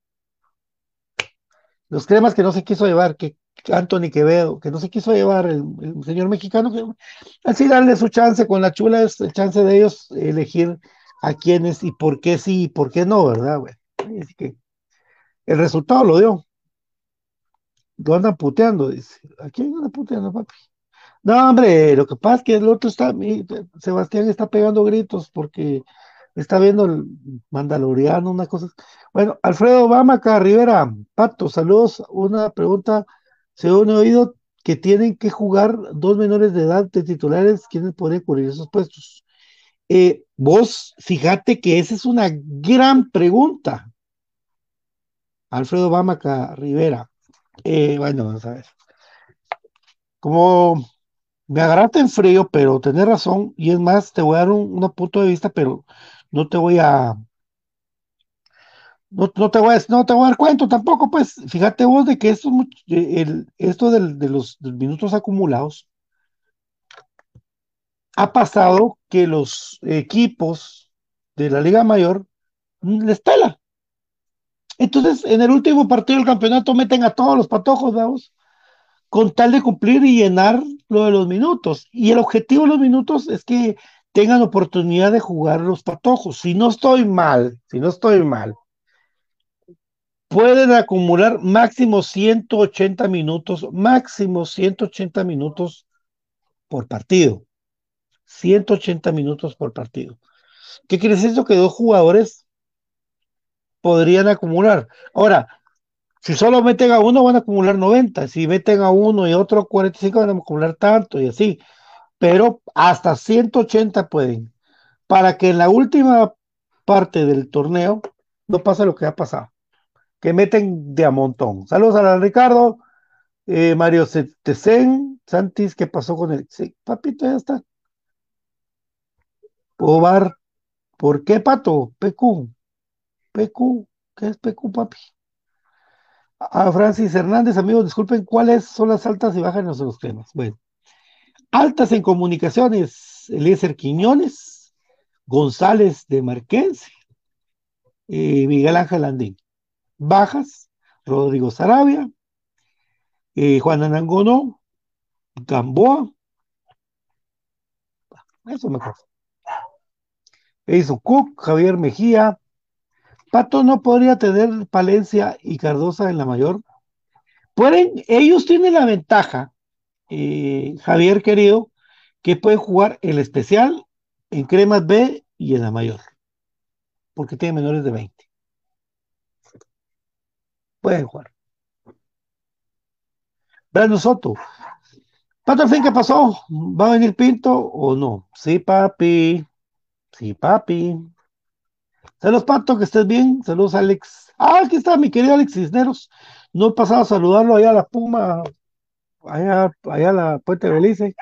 Los Cremas que no se quiso llevar, que Anthony Quevedo, que no se quiso llevar el señor mexicano, que así darle su chance con la chula, es el chance de ellos elegir a quiénes y por qué sí y por qué no, ¿verdad, güey? Así que el resultado lo dio. Lo andan puteando, dice. ¿A quién andan puteando, papi? No, hombre, lo que pasa es que el otro Sebastián está pegando gritos porque está viendo el Mandaloriano, una cosa. Bueno, Alfredo Bamaca Rivera, Pato, saludos. Una pregunta, según he oído que tienen que jugar dos menores de edad de titulares, ¿quiénes podrían cubrir esos puestos? Vos, fíjate que esa es una gran pregunta. Alfredo Bamaca Rivera. Bueno, vamos a ver. Como me agarraste en frío, pero tenés razón, y es más, te voy a dar un punto de vista, pero no te voy a, no te voy a dar cuento tampoco, pues, fíjate vos de que esto de los minutos acumulados ha pasado que los equipos de la Liga Mayor les pela. Entonces, en el último partido del campeonato meten a todos los patojos, vamos, con tal de cumplir y llenar lo de los minutos. Y el objetivo de los minutos es que tengan oportunidad de jugar los patojos. Si no estoy mal, pueden acumular máximo 180 minutos por partido. 180 minutos por partido. ¿Qué quiere decir eso? Que dos jugadores podrían acumular. Ahora, si solo meten a uno, van a acumular 90. Si meten a uno y otro 45, van a acumular tanto y así. Pero hasta 180 pueden, para que en la última parte del torneo no pase lo que ha pasado, que meten de a montón. Saludos a Ricardo, Mario Tecen, Santis, ¿qué pasó con él? Sí, papito, ya está. Ovar, ¿por qué, Pato? PQ, ¿qué es PQ, papi? A Francis Hernández, amigos, disculpen, ¿cuáles son las altas y bajas en los temas? Bueno, altas en comunicaciones, Eliezer Quiñones, González de Marqués, Miguel Ángel Andín. Bajas, Rodrigo Sarabia, Juan Anangonó, Gamboa, eso me acuerdo. Edison Cook, Javier Mejía. Pato no podría tener Palencia y Cardosa en la mayor. Ellos tienen la ventaja, Javier querido, que pueden jugar el especial en Cremas B y en la mayor, porque tienen menores de 20. Pueden jugar. Brando Soto. Pato, al fin, ¿qué pasó? ¿Va a venir Pinto o no? Sí, papi. Sí, papi. Saludos, Pato, que estés bien. Saludos, Alex. Ah, aquí está mi querido Alex Cisneros. No he pasado a saludarlo allá a la Puma, allá a la Puente Belice.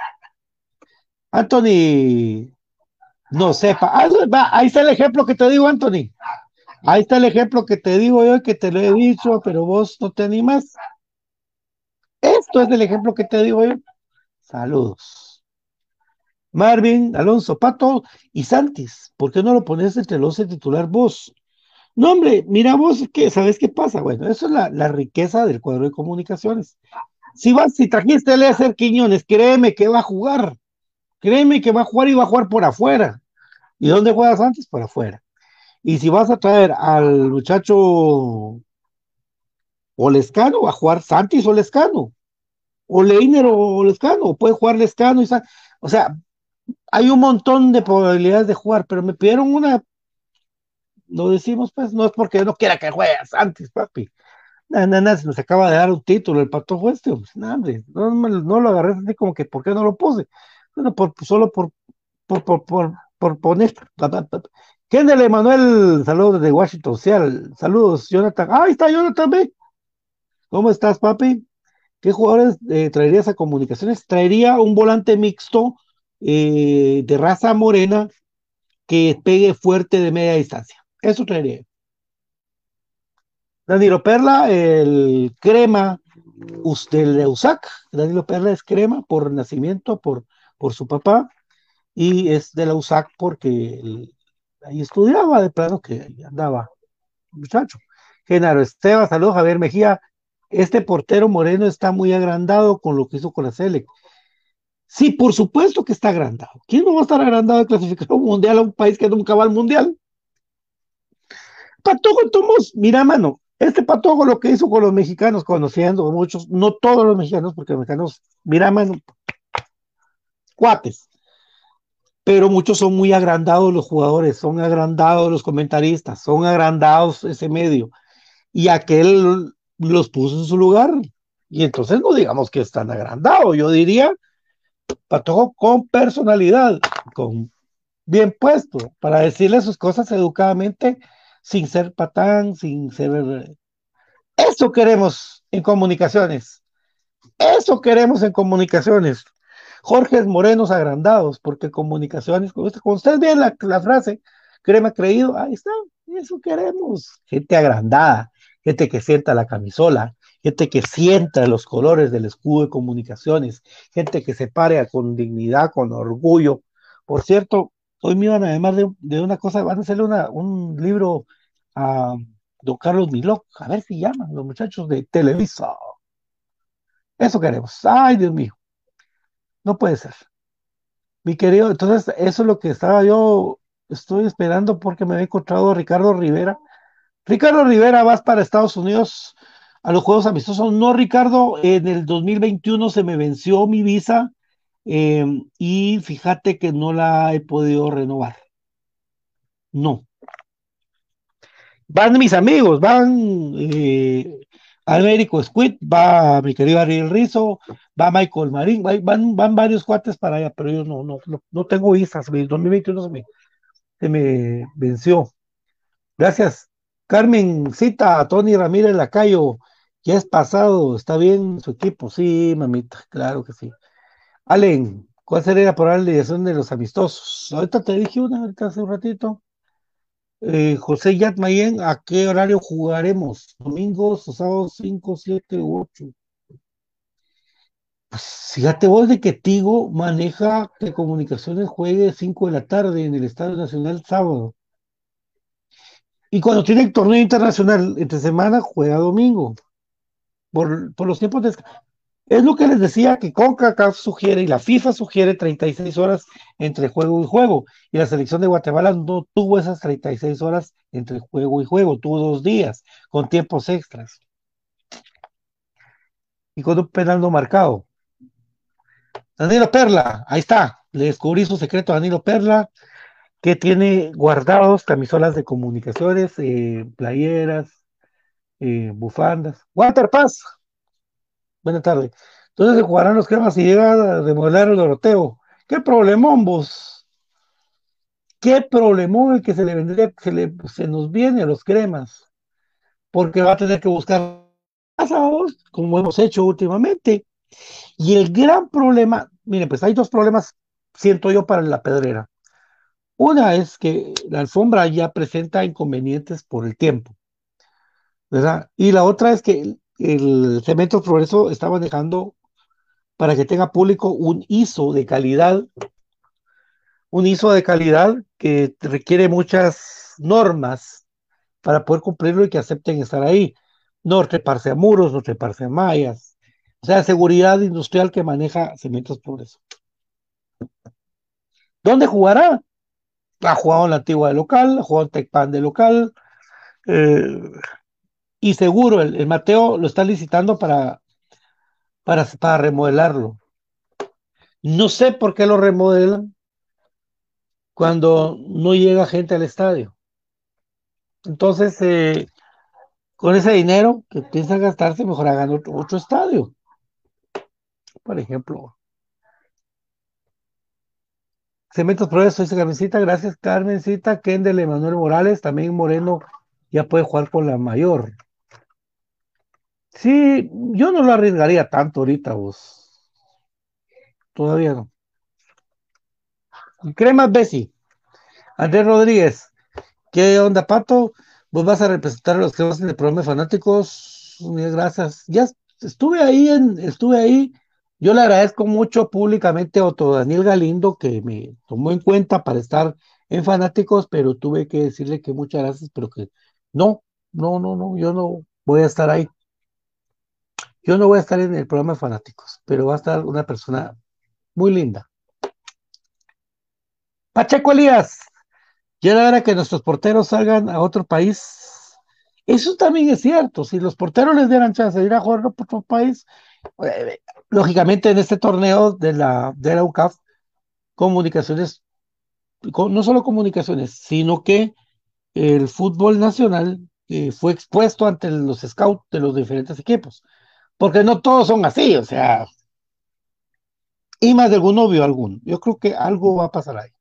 Anthony, no sepa. Ah, ahí está el ejemplo que te digo, Anthony. Ahí está el ejemplo que te digo yo, que te lo he dicho, pero vos no te animas. Esto es el ejemplo que te digo yo. Saludos. Marvin, Alonso, Pato y Santis. ¿Por qué no lo pones entre el 11 titular vos? No, hombre, mira vos, que ¿sabes qué pasa? Bueno, eso es la riqueza del cuadro de comunicaciones. Si trajiste a Eliezer Quiñones, créeme que va a jugar. Créeme que va a jugar y va a jugar por afuera. ¿Y dónde juegas antes? Por afuera. Y si vas a traer al muchacho Olescano, va a jugar Santis Olescano, o Leiner o Olescano, o puede jugar Lescano o sea, hay un montón de probabilidades de jugar, pero me pidieron una, lo decimos pues, no es porque yo no quiera que juegue Santis, papi. Nada, se nos acaba de dar un título el patojo este, hombre. Nah, hombre, no lo agarré así como que, ¿por qué no lo puse? Bueno, solo por poner. Kendall Emanuel, saludos desde Washington, saludos, Jonathan. Ahí está Jonathan, ve. ¿Cómo estás, papi? ¿Qué jugadores traerías a comunicaciones? Traería un volante mixto de raza morena que pegue fuerte de media distancia. Eso traería. Danilo Perla, el crema del de USAC. Danilo Perla es crema por nacimiento, por su papá, y es de la USAC porque ahí estudiaba de plano que ahí andaba, muchacho. Genaro Esteban, saludos, Javier Mejía. Este portero moreno está muy agrandado con lo que hizo con la Selec. Sí, por supuesto que está agrandado. ¿Quién no va a estar agrandado de clasificar a un mundial a un país que nunca va al mundial? Patojo Tomos, mira, mano, este Patojo lo que hizo con los mexicanos, conociendo muchos, no todos los mexicanos, porque los mexicanos, mira, mano, cuates, pero muchos son muy agrandados los jugadores, son agrandados los comentaristas, son agrandados ese medio, y aquel los puso en su lugar, y entonces no digamos que están agrandados, yo diría Patojo con personalidad, con bien puesto, para decirle sus cosas educadamente, sin ser patán, sin ser... Eso queremos en comunicaciones, eso queremos en comunicaciones. Jorge Morenos agrandados, porque comunicaciones, como ustedes ven la frase, créeme creído, ahí está, eso queremos. Gente agrandada, gente que sienta la camisola, gente que sienta los colores del escudo de comunicaciones, gente que se pare con dignidad, con orgullo. Por cierto, hoy me iban, además de una cosa, van a hacerle un libro a don Carlos Milok, a ver si llaman los muchachos de Televisa. Eso queremos. Ay, Dios mío, no puede ser. Mi querido, entonces eso es lo que estoy esperando porque me había encontrado Ricardo Rivera. Ricardo Rivera, vas para Estados Unidos a los Juegos Amistosos. No, Ricardo, en el 2021 se me venció mi visa y fíjate que no la he podido renovar. No. Van mis amigos, van Américo Squid, va mi querido Ariel Rizo, va Michael Marín, van varios cuates para allá, pero yo no tengo visas, el 2021 se me venció. Gracias. Carmen cita a Tony Ramírez Lacayo, ya es pasado, está bien su equipo, sí, mamita, claro que sí. Allen, ¿cuál sería la probabilización de los amistosos? Ahorita te dije una, ahorita hace un ratito. José Yatmayen, ¿a qué horario jugaremos? ¿Domingos o sábados 5, 7 u 8? Pues fíjate vos de que Tigo maneja que Comunicaciones juegue 5 de la tarde en el Estadio Nacional sábado. Y cuando tiene el torneo internacional entre semana, juega domingo. Por los tiempos de... Es lo que les decía que CONCACAF sugiere y la FIFA sugiere 36 horas entre juego y juego. Y la selección de Guatemala no tuvo esas 36 horas entre juego y juego, tuvo 2 días con tiempos extras y con un penal no marcado. Danilo Perla, ahí está, le descubrí su secreto a Danilo Perla, que tiene guardados camisolas de comunicaciones, playeras, bufandas. Walter Paz, buena tarde. Entonces se jugarán los cremas y llega a remodelar el Doroteo. ¿Qué problemón vos? qué problemón el que se le vendría, se nos viene a los cremas, porque va a tener que buscar pasados, como hemos hecho últimamente. Y el gran problema, mire, pues hay dos problemas, siento yo, para la pedrera. Una es que la alfombra ya presenta inconvenientes por el tiempo, ¿verdad? Y la otra es que el Cemento Progreso está manejando para que tenga público un ISO de calidad que requiere muchas normas para poder cumplirlo y que acepten estar ahí. No treparse a muros, no treparse a mallas. O sea, seguridad industrial que maneja Cementos Progreso. ¿Dónde jugará? Ha jugado en la Antigua de local, ha jugado en Tecpan de local, eh, y seguro el Mateo lo está licitando para remodelarlo. No sé por qué lo remodelan cuando no llega gente al estadio. Entonces, con ese dinero que piensan gastarse, mejor hagan otro estadio, por ejemplo. Cementos Progreso, dice Carmencita, gracias Carmencita. Kendall Emanuel Morales, también Moreno ya puede jugar con la mayor. Sí, yo no lo arriesgaría tanto ahorita, vos. Todavía no. Cremas Bessi, Andrés Rodríguez, ¿qué onda, Pato? Vos vas a representar a los que hacen el programa de fanáticos. Muchas gracias. Ya estuve ahí. Yo le agradezco mucho públicamente a Otto Daniel Galindo que me tomó en cuenta para estar en fanáticos, pero tuve que decirle que muchas gracias, pero que no, no, yo no voy a estar ahí. Yo no voy a estar en el programa de fanáticos, pero va a estar una persona muy linda. Pacheco Elías, ya era hora que nuestros porteros salgan a otro país. Eso también es cierto. Si los porteros les dieran chance de ir a jugar a otro país, eh, lógicamente en este torneo de la UCAF, comunicaciones, no solo comunicaciones, sino que el fútbol nacional fue expuesto ante los scouts de los diferentes equipos. Porque no todos son así, o sea, y más de alguno vio alguno. Yo creo que algo va a pasar ahí.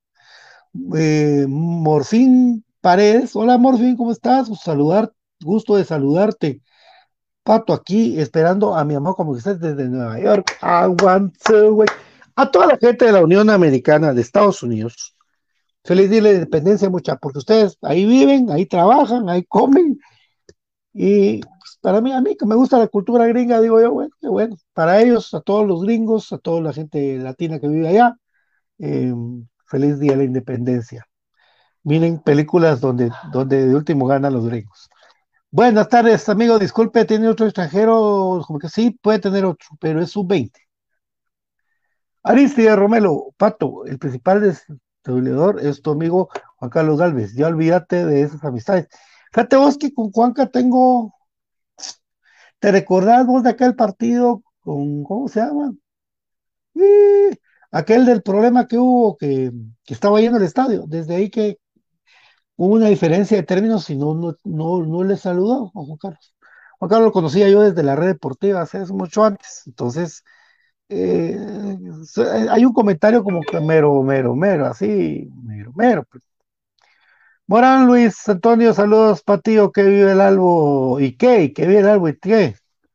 Morfín Paredes, hola Morfín, ¿cómo estás? Gusto de saludarte. Pato, aquí esperando a mi amor como que estás desde Nueva York. Aguante, güey. A toda la gente de la Unión Americana de Estados Unidos, feliz día de la independencia, mucha, porque ustedes ahí viven, ahí trabajan, ahí comen. Y pues, para mí, a mí que me gusta la cultura gringa, digo yo, bueno, qué bueno. Para ellos, a todos los gringos, a toda la gente latina que vive allá, eh, feliz día de la independencia. Miren películas donde de último ganan los gringos. Buenas tardes, amigo. Disculpe, ¿tiene otro extranjero? Como que sí, puede tener otro, pero es sub-20. Aristide Romelo, Pato, el principal distribuidor es tu amigo Juan Carlos Galvez. Ya olvídate de esas amistades. Fíjate vos que con Juanca tengo. ¿Te recordás vos de aquel partido con, ¿cómo se llama? Eh, aquel del problema que hubo que estaba yendo al estadio. Desde ahí que hubo una diferencia de términos y no le saludó a Juan Carlos. Juan Carlos lo conocía yo desde la red deportiva hace mucho antes. Entonces, eh, hay un comentario como que mero, así, mero. Pues. Morán Luis Antonio, saludos, Patío, que vive el Albo, ¿y qué? ¿Y qué vive el Albo y qué?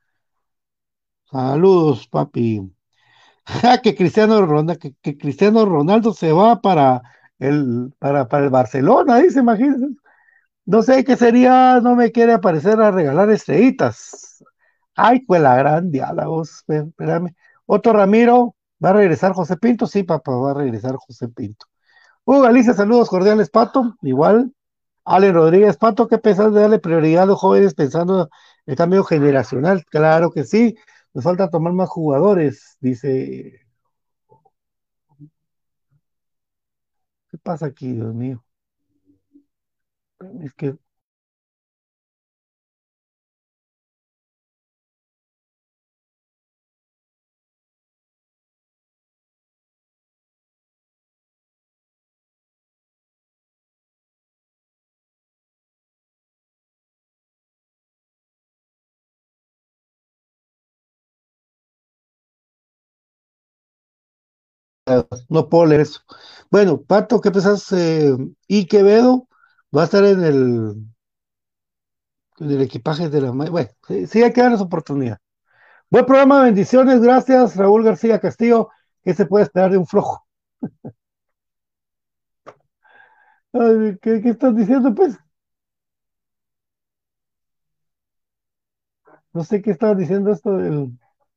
Saludos, papi. Ja, que Cristiano Ronaldo se va para el Barcelona, dice, imagínense. No sé qué sería, no me quiere aparecer a regalar estrellitas. Ay, pues la gran diálogos, espérame. Otro Ramiro, ¿va a regresar José Pinto? Sí, papá, va a regresar José Pinto. Galicia, saludos cordiales, Pato. Igual, Ale Rodríguez, Pato, ¿qué pensás de darle prioridad a los jóvenes pensando en el cambio generacional? Claro que sí, nos falta tomar más jugadores, dice. ¿Qué pasa aquí, Dios mío? Es que no puedo leer eso. Bueno, Pato, ¿qué pensás? Y Quevedo va a estar en el equipaje de la... Bueno, sí, sí hay que darles oportunidad. Buen programa, bendiciones, gracias, Raúl García Castillo. ¿Qué se puede esperar de un flojo? Ay, ¿qué estás diciendo, pues? No sé qué estabas diciendo esto del...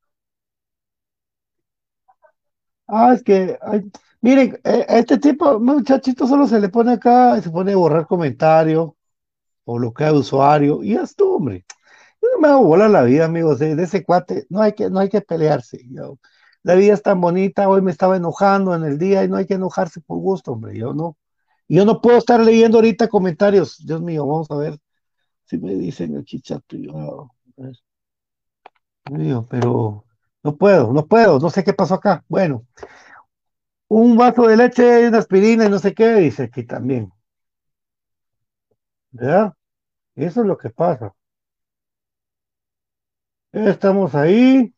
Ah, es que, ay, miren, a este tipo, muchachito, solo se le pone acá, se pone a borrar comentario o bloquea de usuario, y ya estuvo, hombre. Yo no me hago bola la vida, amigos, de ese cuate, no hay que pelearse. La vida es tan bonita, hoy me estaba enojando en el día y no hay que enojarse por gusto, hombre, yo no puedo estar leyendo ahorita comentarios, Dios mío, vamos a ver si me dicen aquí chat privado. A ver, Dios mío, pero no puedo, no sé qué pasó acá. Bueno, un vaso de leche, una aspirina y no sé qué, dice aquí también, ¿verdad? Eso es lo que pasa. Estamos ahí.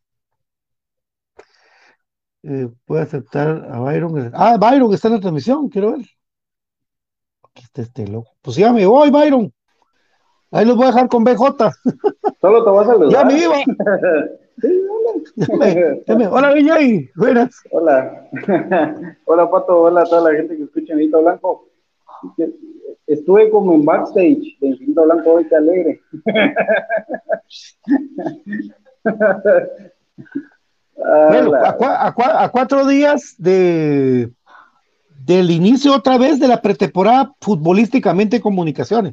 Puede aceptar a Byron. Ah, Byron está en la transmisión, quiero ver. Aquí está este loco. Pues ya me voy, Byron. Ahí los voy a dejar con BJ. Solo te voy a saludar. Ya me iba. Sí, hola. Hola, Villay. Buenas. Hola. Hola, Pato. Hola a toda la gente que escucha Infinito Blanco. Estuve como en backstage de Infinito Blanco hoy, qué alegre. Bueno, a 4 días del inicio otra vez de la pretemporada futbolísticamente en Comunicaciones.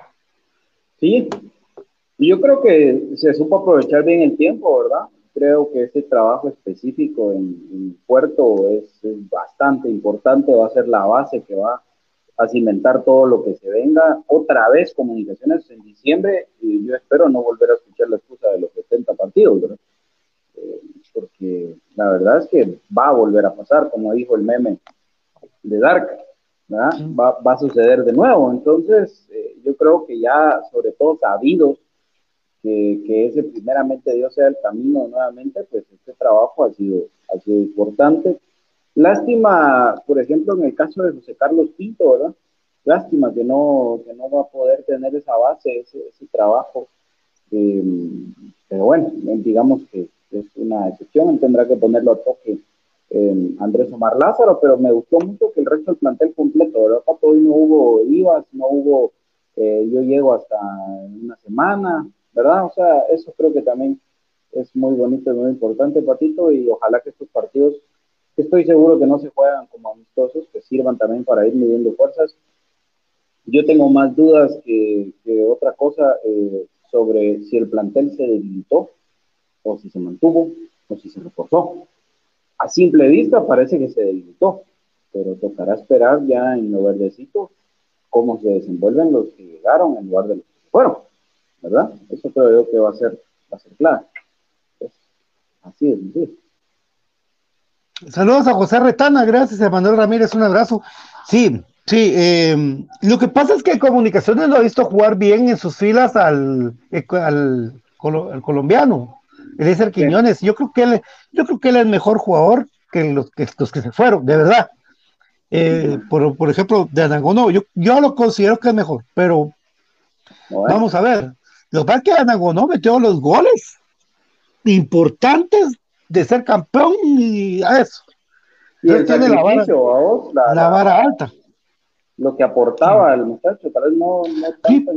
Sí, y yo creo que se supo aprovechar bien el tiempo, ¿verdad? Creo que ese trabajo específico en Puerto es bastante importante, va a ser la base que va a cimentar todo lo que se venga. Otra vez Comunicaciones en diciembre, y yo espero no volver a escuchar la excusa de los 70 partidos, ¿verdad? Porque la verdad es que va a volver a pasar, como dijo el meme de Dark, ¿verdad? Va a suceder de nuevo. Entonces, yo creo que ya, sobre todo sabidos que ese primeramente Dios sea el camino nuevamente, pues este trabajo ha sido importante. Lástima, por ejemplo, en el caso de José Carlos Pinto, ¿verdad? Lástima que no va a poder tener esa base, ese trabajo. Pero bueno, digamos que es una excepción, él tendrá que ponerlo a toque Andrés Omar Lázaro, pero me gustó mucho que el resto del plantel completo, ¿verdad, Pato? Hoy no hubo IVAs, no hubo yo llego hasta una semana, ¿verdad? O sea, eso creo que también es muy bonito y muy importante, Patito, y ojalá que estos partidos, que estoy seguro que no se juegan como amistosos, que sirvan también para ir midiendo fuerzas. Yo tengo más dudas que otra cosa sobre si el plantel se debilitó, o si se mantuvo, o si se reforzó. A simple vista parece que se debilitó, pero tocará esperar ya en lo verdecito cómo se desenvuelven los que llegaron en lugar de los que fueron, ¿verdad? Eso creo yo que va a ser clave. Pues, así es, sí. Saludos a José Retana, gracias a Manuel Ramírez, un abrazo. Sí, lo que pasa es que Comunicaciones lo ha visto jugar bien en sus filas al colombiano, Eliezer Quiñones. Yo creo que él es mejor jugador que los que se fueron, de verdad. Por ejemplo, de Anangonó, yo lo considero que es mejor, pero vamos a ver. Lo que pasa es que Anangonó metió los goles importantes de ser campeón y a eso. Y el tiene la vara alta. Lo que aportaba el muchacho, tal vez no sí,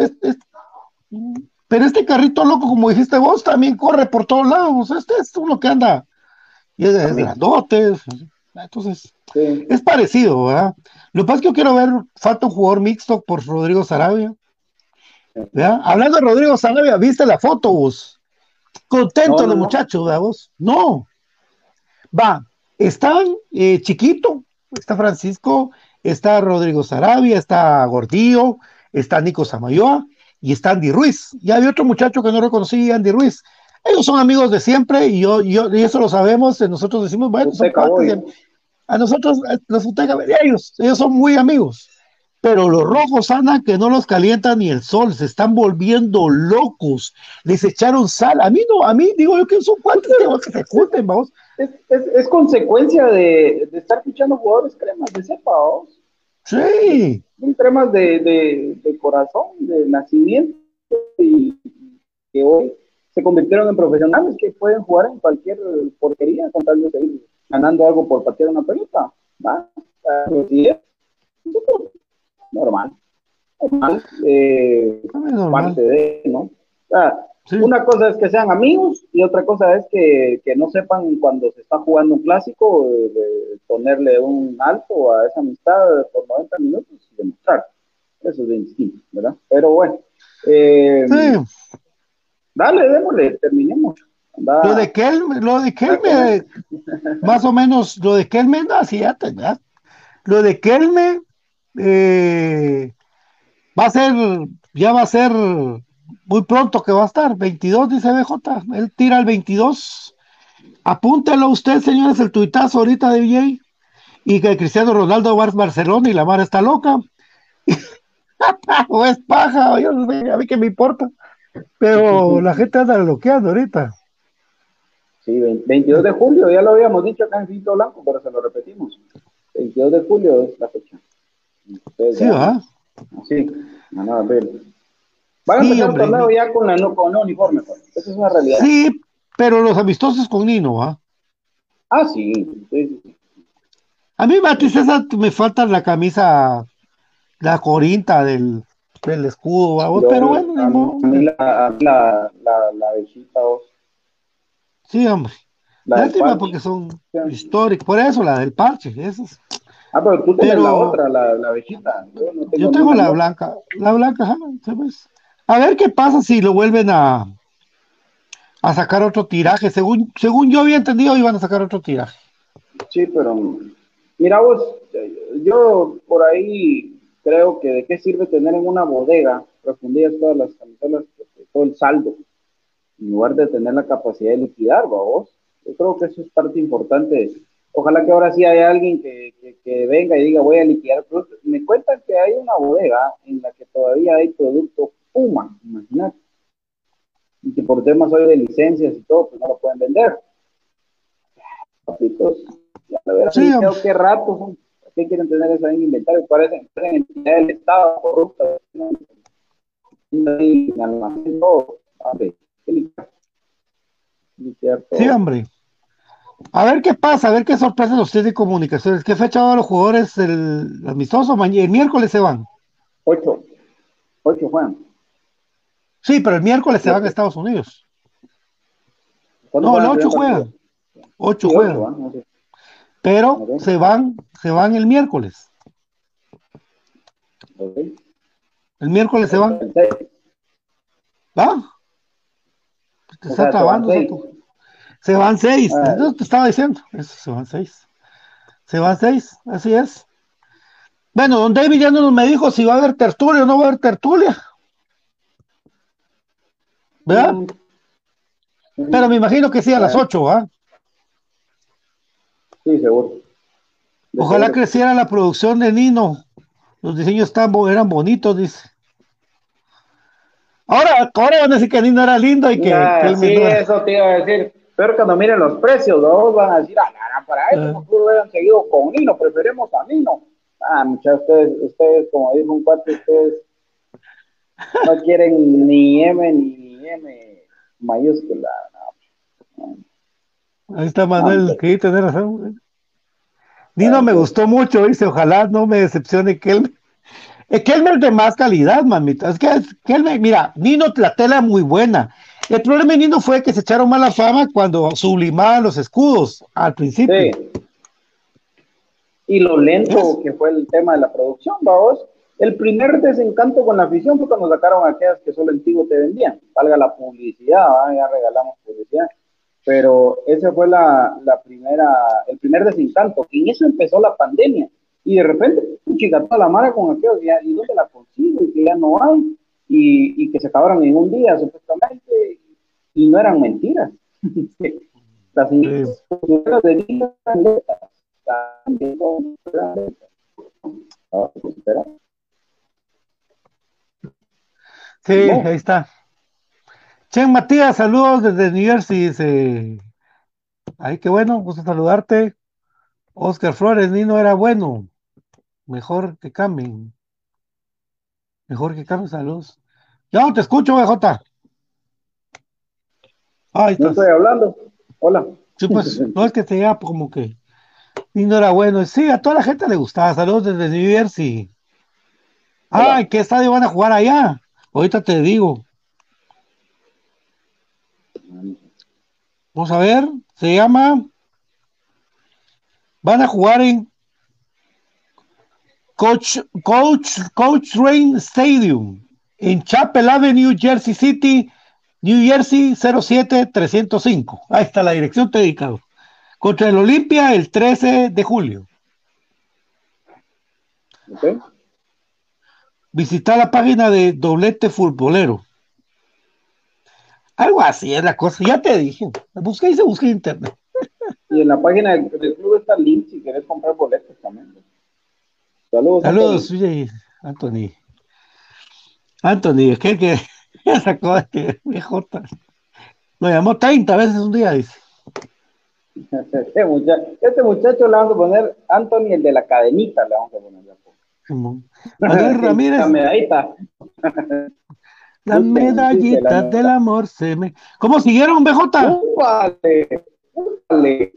pero este carrito loco, como dijiste vos, también corre por todos lados. Este es uno que anda y es grandote. Entonces, sí, es parecido, ¿verdad? Lo que pasa es que yo quiero ver, falta un jugador mixto por Rodrigo Sarabia. ¿Verdad? Hablando de Rodrigo Sarabia, ¿viste la foto vos? Contento los muchachos, ¿verdad vos? No. Están Chiquito, está Francisco, está Rodrigo Sarabia, está Gordillo, está Nico Samayoa y está Andy Ruiz. Y hay otro muchacho que no reconocí, Andy Ruiz. Ellos son amigos de siempre y eso lo sabemos. Nosotros decimos, bueno, son partes a nosotros, los Uteca, ellos son muy amigos. pero los rojos andan que no los calienta ni el sol, se están volviendo locos, les echaron sal, a mí no, a mí digo yo que son cuantos que se junten, vamos. Es consecuencia de estar fichando jugadores cremas de cepa, vamos. Sí. Son cremas de corazón, de nacimiento, y que hoy se convirtieron en profesionales que pueden jugar en cualquier porquería con tal de seguir ganando algo por patear una pelota. ¿Va? Así es. Normal. Parte de, ¿no? O sea, sí. Una cosa es que sean amigos y otra cosa es que no sepan cuando se está jugando un clásico de ponerle un alto a esa amistad por 90 minutos y demostrar. Eso es de distinto, ¿verdad? Pero bueno. Sí. Dale, démosle, terminemos. Lo de Kelme, más o menos, lo de Kelme, no, sí, ya. Lo de Kelme va a ser muy pronto que va a estar, 22 dice BJ, él tira el 22, apúntelo usted, señores, el tuitazo ahorita de VJ, y que Cristiano Ronaldo va a Barcelona y la mar está loca, o es paja, yo no sé, a mí que me importa, pero la gente anda bloqueando ahorita. Sí, 22 de julio, ya lo habíamos dicho acá en Fito Blanco, pero se lo repetimos, 22 de julio es la fecha. Entonces, sí, ¿verdad? Sí, a ver. Van a empezar el torneo ya con uniforme, pues. Eso es una realidad. Sí, pero los amistosos con Nino, ¿ah? Ah, sí. A mí, Mati César, me falta la camisa, la corinta del escudo, ¿ah? Pero bueno, a mí la abejita, vos. Sí, hombre. Lástima porque son históricos, por eso la del parche, esas. Ah, pero tú tienes la otra, la abejita. Yo tengo la blanca, ¿sabes? A ver qué pasa si lo vuelven a sacar otro tiraje. Según yo había entendido, iban a sacar otro tiraje. Sí, pero mira vos, yo por ahí creo que de qué sirve tener en una bodega refundidas todas las camisetas, todo el saldo, en lugar de tener la capacidad de liquidar, vos. Yo creo que eso es parte importante. Ojalá que ahora sí haya alguien que venga y diga voy a liquidar productos. Me cuentan que hay una bodega en la que todavía hay producto Puma, imagínate. Y que por temas hoy de licencias y todo, pues no lo pueden vender. Papitos, ya lo verán, sí, qué rato son. ¿Qué quieren tener eso en inventario? Parecen entidades del Estado corruptas. En almacén todo. Sí, hombre. A ver qué pasa, a ver qué sorpresas los tiene de comunicaciones. ¿Qué fecha van los jugadores el amistoso? El miércoles se van. 8 juegan. Sí, pero el miércoles se van a Estados Unidos. No, el 8 juegan. 8 juegan. No sé. Pero okay. se van el miércoles. Okay. El miércoles se van. ¿Ah? Te está trabando. Se van 6. Yo te estaba diciendo. Eso, se van 6. Se van 6, así es. Bueno, don David ya no me dijo si va a haber tertulia o no va a haber tertulia. ¿Verdad? Pero me imagino que sí a las 8, ¿ah? Sí, seguro. Ojalá creciera la producción de Nino. Los diseños eran bonitos, dice. Ahora van a decir que Nino era lindo y que él sí, eso te iba a decir. Pero cuando miren los precios, ¿no? Van a decir, para eso nosotros hubieran seguido con Nino, preferimos a Nino. Muchachos, ustedes, como dijo un cuate, ustedes no quieren ni M mayúscula. No. Ahí está Manuel, que tiene razón. Nino me gustó mucho, dice, ojalá no me decepcione Kelmer. Kelmer de más calidad, mamita. Es que Kelmer, mira, Nino, la tela muy buena. El problema de Nino fue que se echaron mala fama cuando sublimaban los escudos al principio. Sí. Y lo lento que fue el tema de la producción, vamos. El primer desencanto con la afición fue cuando sacaron aquellas que solo en Tigo te vendían. Salga la publicidad, ya regalamos publicidad. Pero ese fue el primer desencanto. Y en eso empezó la pandemia. Y de repente, chica, la mara con aquellos, ¿y dónde la consigo? Y que ya no hay. Y que se acabaron en un día, supuestamente. Y no eran mentiras. Las señoras de vida eran letras. Sí, No. ahí está. Chen Matías, saludos desde New Jersey. Dice, ay, qué bueno, gusto saludarte. Oscar Flores, Nino era bueno. Mejor que cambien. Mejor que cambien, saludos. Ya no te escucho, BJ. Ahí No estoy estás. hablando. Hola. Sí, pues, no es que te diga como que Nino era bueno. Sí, a toda la gente le gustaba. Saludos desde New Jersey. Hola. Ay, ¿qué estadio van a jugar allá? Ahorita te digo. Vamos a ver. Se llama. Van a jugar en Coach Rain Stadium en Chapel Avenue, Jersey City, New Jersey 07305. Ahí está la dirección, te he dedicado. Contra el Olimpia el 13 de julio. Okay. Visita la página de Doblete Futbolero. Algo así es la cosa, ya te dije. Busqué y se busca en internet. Y en la página del club está el link si quieres comprar boletos también. Saludos. Saludos, oye, Anthony. Anthony, es que ya sacó de BJ. Lo llamó 30 veces un día, dice. Este muchacho le vamos a poner Anthony, el de la cadenita, le vamos a poner. Manuel Ramírez. La medallita. La medallita del amor se me... ¿Cómo siguieron, BJ? ¡Vale! ¡Vale!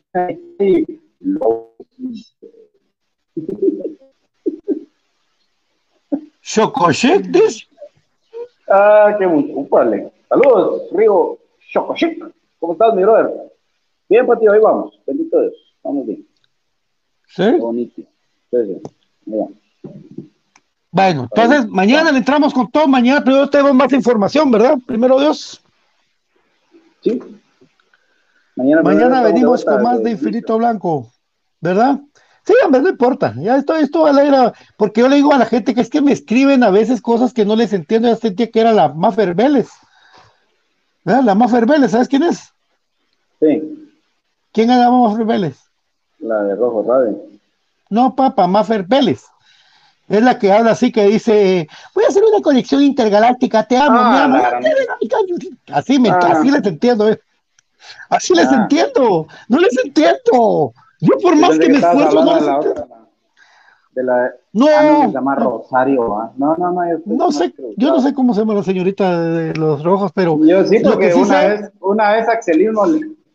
Chocochic, dice. Ah, qué mucho. ¡Vale! Saludos, Rigo Chocochic. ¿Cómo estás, mi brother? Bien, Pati, ahí vamos. Bendito Dios. Vamos bien. ¿Sí? Bonito. Sí. Bien. Bueno, entonces mañana le entramos con todo. Mañana primero tenemos más información, ¿verdad? Primero Dios. Sí. Mañana venimos con más de Infinito Blanco, ¿verdad? Sí, hombre, no importa. Ya estoy alegre, porque yo le digo a la gente que es que me escriben a veces cosas que no les entiendo. Ya sentía que era la Maffer Vélez. ¿Verdad? La Maffer Vélez, ¿sabes quién es? Sí. ¿Quién es la Maffer Vélez? La de Rojo Radio. No, papá, Maffer Vélez. Es la que habla así, que dice, voy a hacer una conexión intergaláctica, te amo, me amo. Así les entiendo, así les entiendo, no les entiendo. Yo por más que me esfuerzo, no les entiendo. No. Se llama Rosario, ¿ah? No. No sé, yo no sé cómo se llama la señorita de los rojos, pero... Yo sí, porque una vez Axelino...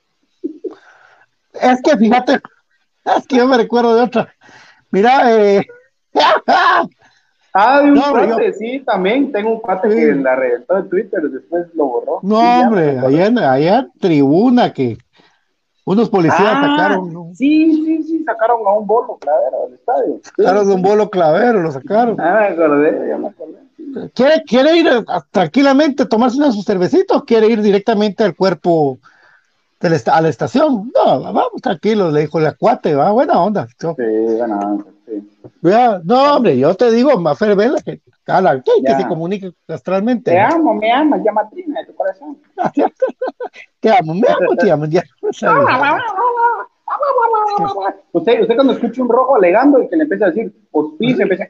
Es que fíjate, es que yo me recuerdo de otra. Mira, de un cuate, sí, también tengo un cuate que la reventó de Twitter, después lo borró. No, sí, hombre, allá en Tribuna que unos policías sacaron. ¿No? Sí, sacaron a un bolo clavero del estadio. Sacaron un bolo clavero, lo sacaron. Ya me acordé. ¿Quiere ir tranquilamente a tomarse una de sus cervecitas o quiere ir directamente al cuerpo a la estación? No, vamos tranquilos, le dijo el cuate, va, buena onda. Sí, buena onda, sí. No, hombre, yo te digo, Mafer Vela, que se comunique astralmente. Te amo, me amas, llama Trina de tu corazón. Te amo, ya. Usted cuando escucha un rojo alegando y que le empieza a decir hospicio, empieza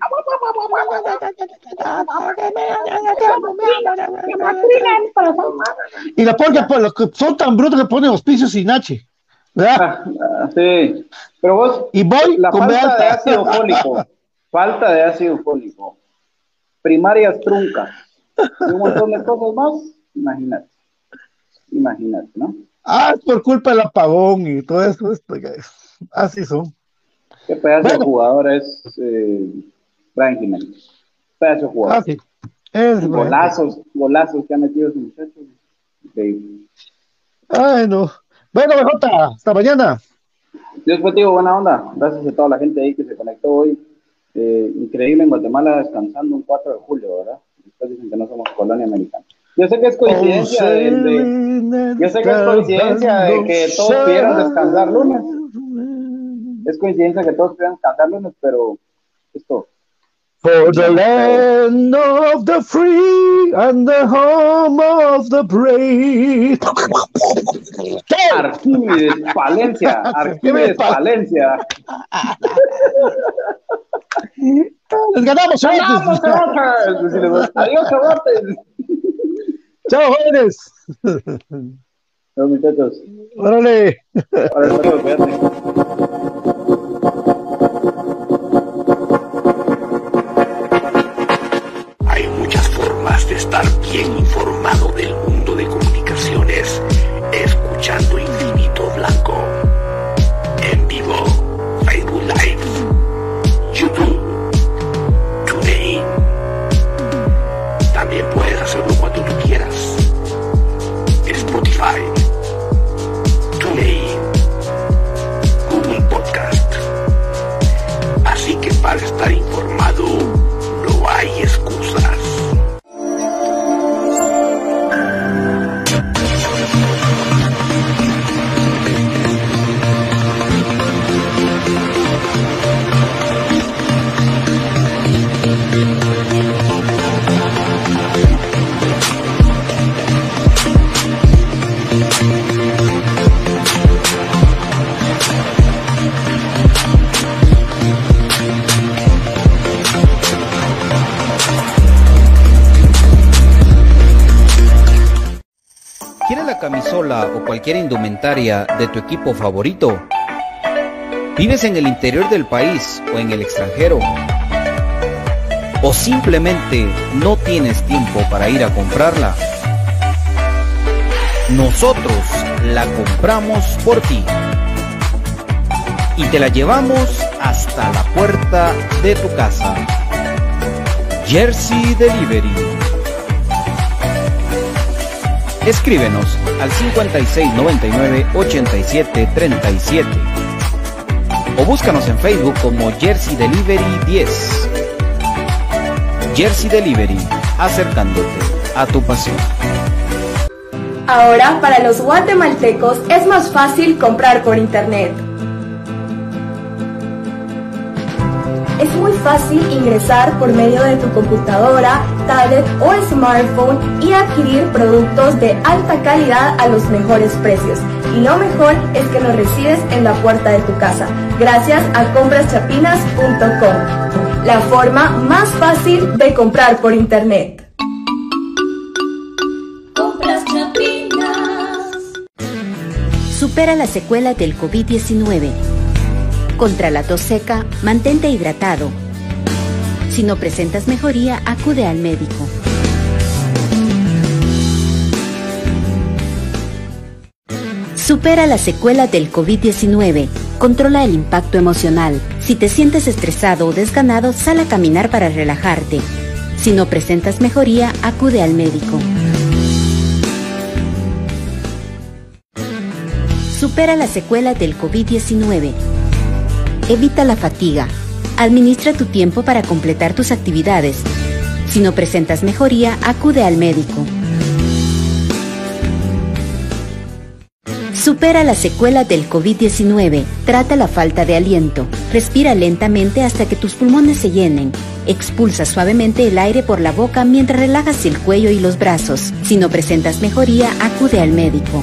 y la porque los que son tan brutos que ponen hospicio sin H. Sí, pero vos, y voy la con falta de ácido fólico, primarias truncas y un montón de cosas más, imagínate, ¿no? Es por culpa del apagón y todo eso, así son. Qué pedazo de jugador es Brian Jiménez, pedazo de jugador. Sí. Golazos que ha metido ese muchacho. Increíble. Bueno, BJ, hasta mañana. Dios contigo, buena onda. Gracias a toda la gente ahí que se conectó hoy. Increíble en Guatemala descansando un 4 de julio, ¿verdad? Después dicen que no somos colonia americana. Yo sé que es coincidencia de que todos pudieron descansar lunes. Es coincidencia que todos pudieran descansar lunes, pero esto. For the land of the free. and the home of the brave. Arquímedes Palencia. Arquímedes Palencia. Les ganamos, ¡Ganamos, Rockers! ¡Adiós, cabotes! ¡Chao, jóvenes! Chao, muchachos. ¡Órale! Órale, cuídate. Hay muchas formas de estar bien informado del mundo de comunicaciones, escuchando Infinito Blanco. En vivo, Facebook Live, YouTube, TuneIn. También puedes hacerlo cuando tú quieras. Spotify, TuneIn, Google Podcast. Así que para estar informado, no hay excusas. ¿Quieres la camisola o cualquier indumentaria de tu equipo favorito? ¿Vives en el interior del país o en el extranjero? ¿O simplemente no tienes tiempo para ir a comprarla? Nosotros la compramos por ti y te la llevamos hasta la puerta de tu casa. Jersey Delivery. Escríbenos al 5699-8737 o búscanos en Facebook como Jersey Delivery 10. Jersey Delivery, acercándote a tu pasión. Ahora, para los guatemaltecos es más fácil comprar por internet. Es muy fácil ingresar por medio de tu computadora, tablet o smartphone y adquirir productos de alta calidad a los mejores precios. Y lo mejor es que los recibes en la puerta de tu casa, gracias a compraschapinas.com, la forma más fácil de comprar por internet. Compras Chapinas. Supera las secuelas del COVID-19. Contra la tos seca, mantente hidratado. Si no presentas mejoría, acude al médico. Supera las secuelas del COVID-19. Controla el impacto emocional. Si te sientes estresado o desganado, sal a caminar para relajarte. Si no presentas mejoría, acude al médico. Supera las secuelas del COVID-19. Evita la fatiga. Administra tu tiempo para completar tus actividades. Si no presentas mejoría, acude al médico. Supera las secuelas del COVID-19. Trata la falta de aliento. Respira lentamente hasta que tus pulmones se llenen. Expulsa suavemente el aire por la boca mientras relajas el cuello y los brazos. Si no presentas mejoría, acude al médico.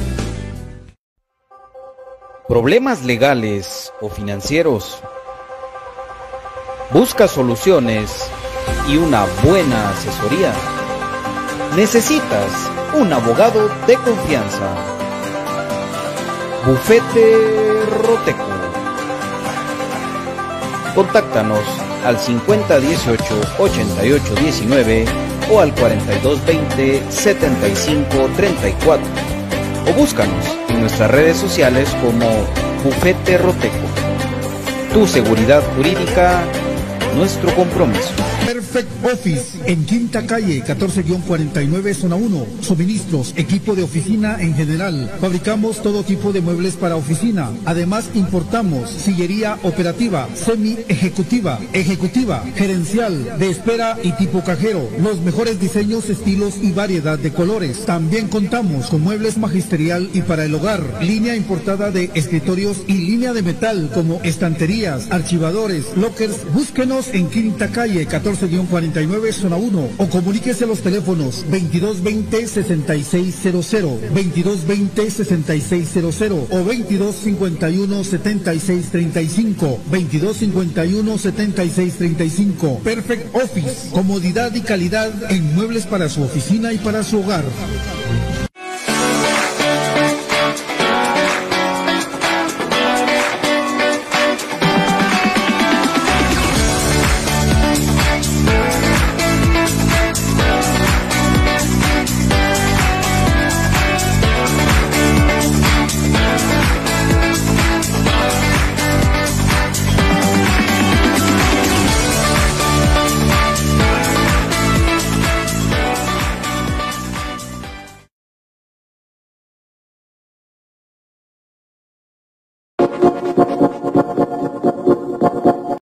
¿Problemas legales o financieros? ¿Buscas soluciones y una buena asesoría? Necesitas un abogado de confianza. Bufete Roteco. Contáctanos al 5018-8819 o al 4220-7534 o búscanos en nuestras redes sociales como Bufete Roteco. Tu seguridad jurídica, nuestro compromiso. Perfect Office, en Quinta Calle, 14-49, zona 1. Suministros, equipo de oficina en general. Fabricamos todo tipo de muebles para oficina. Además, importamos sillería operativa, semi-ejecutiva, ejecutiva, gerencial, de espera y tipo cajero. Los mejores diseños, estilos y variedad de colores. También contamos con muebles magisterial y para el hogar. Línea importada de escritorios y línea de metal como estanterías, archivadores, lockers. Búsquenos en Quinta Calle, 14-49. 14-49, zona 1, o comuníquese a los teléfonos 2220-6600, 2220-6600 o 2251-7635, 2251-7635. Perfect Office, comodidad y calidad en muebles para su oficina y para su hogar.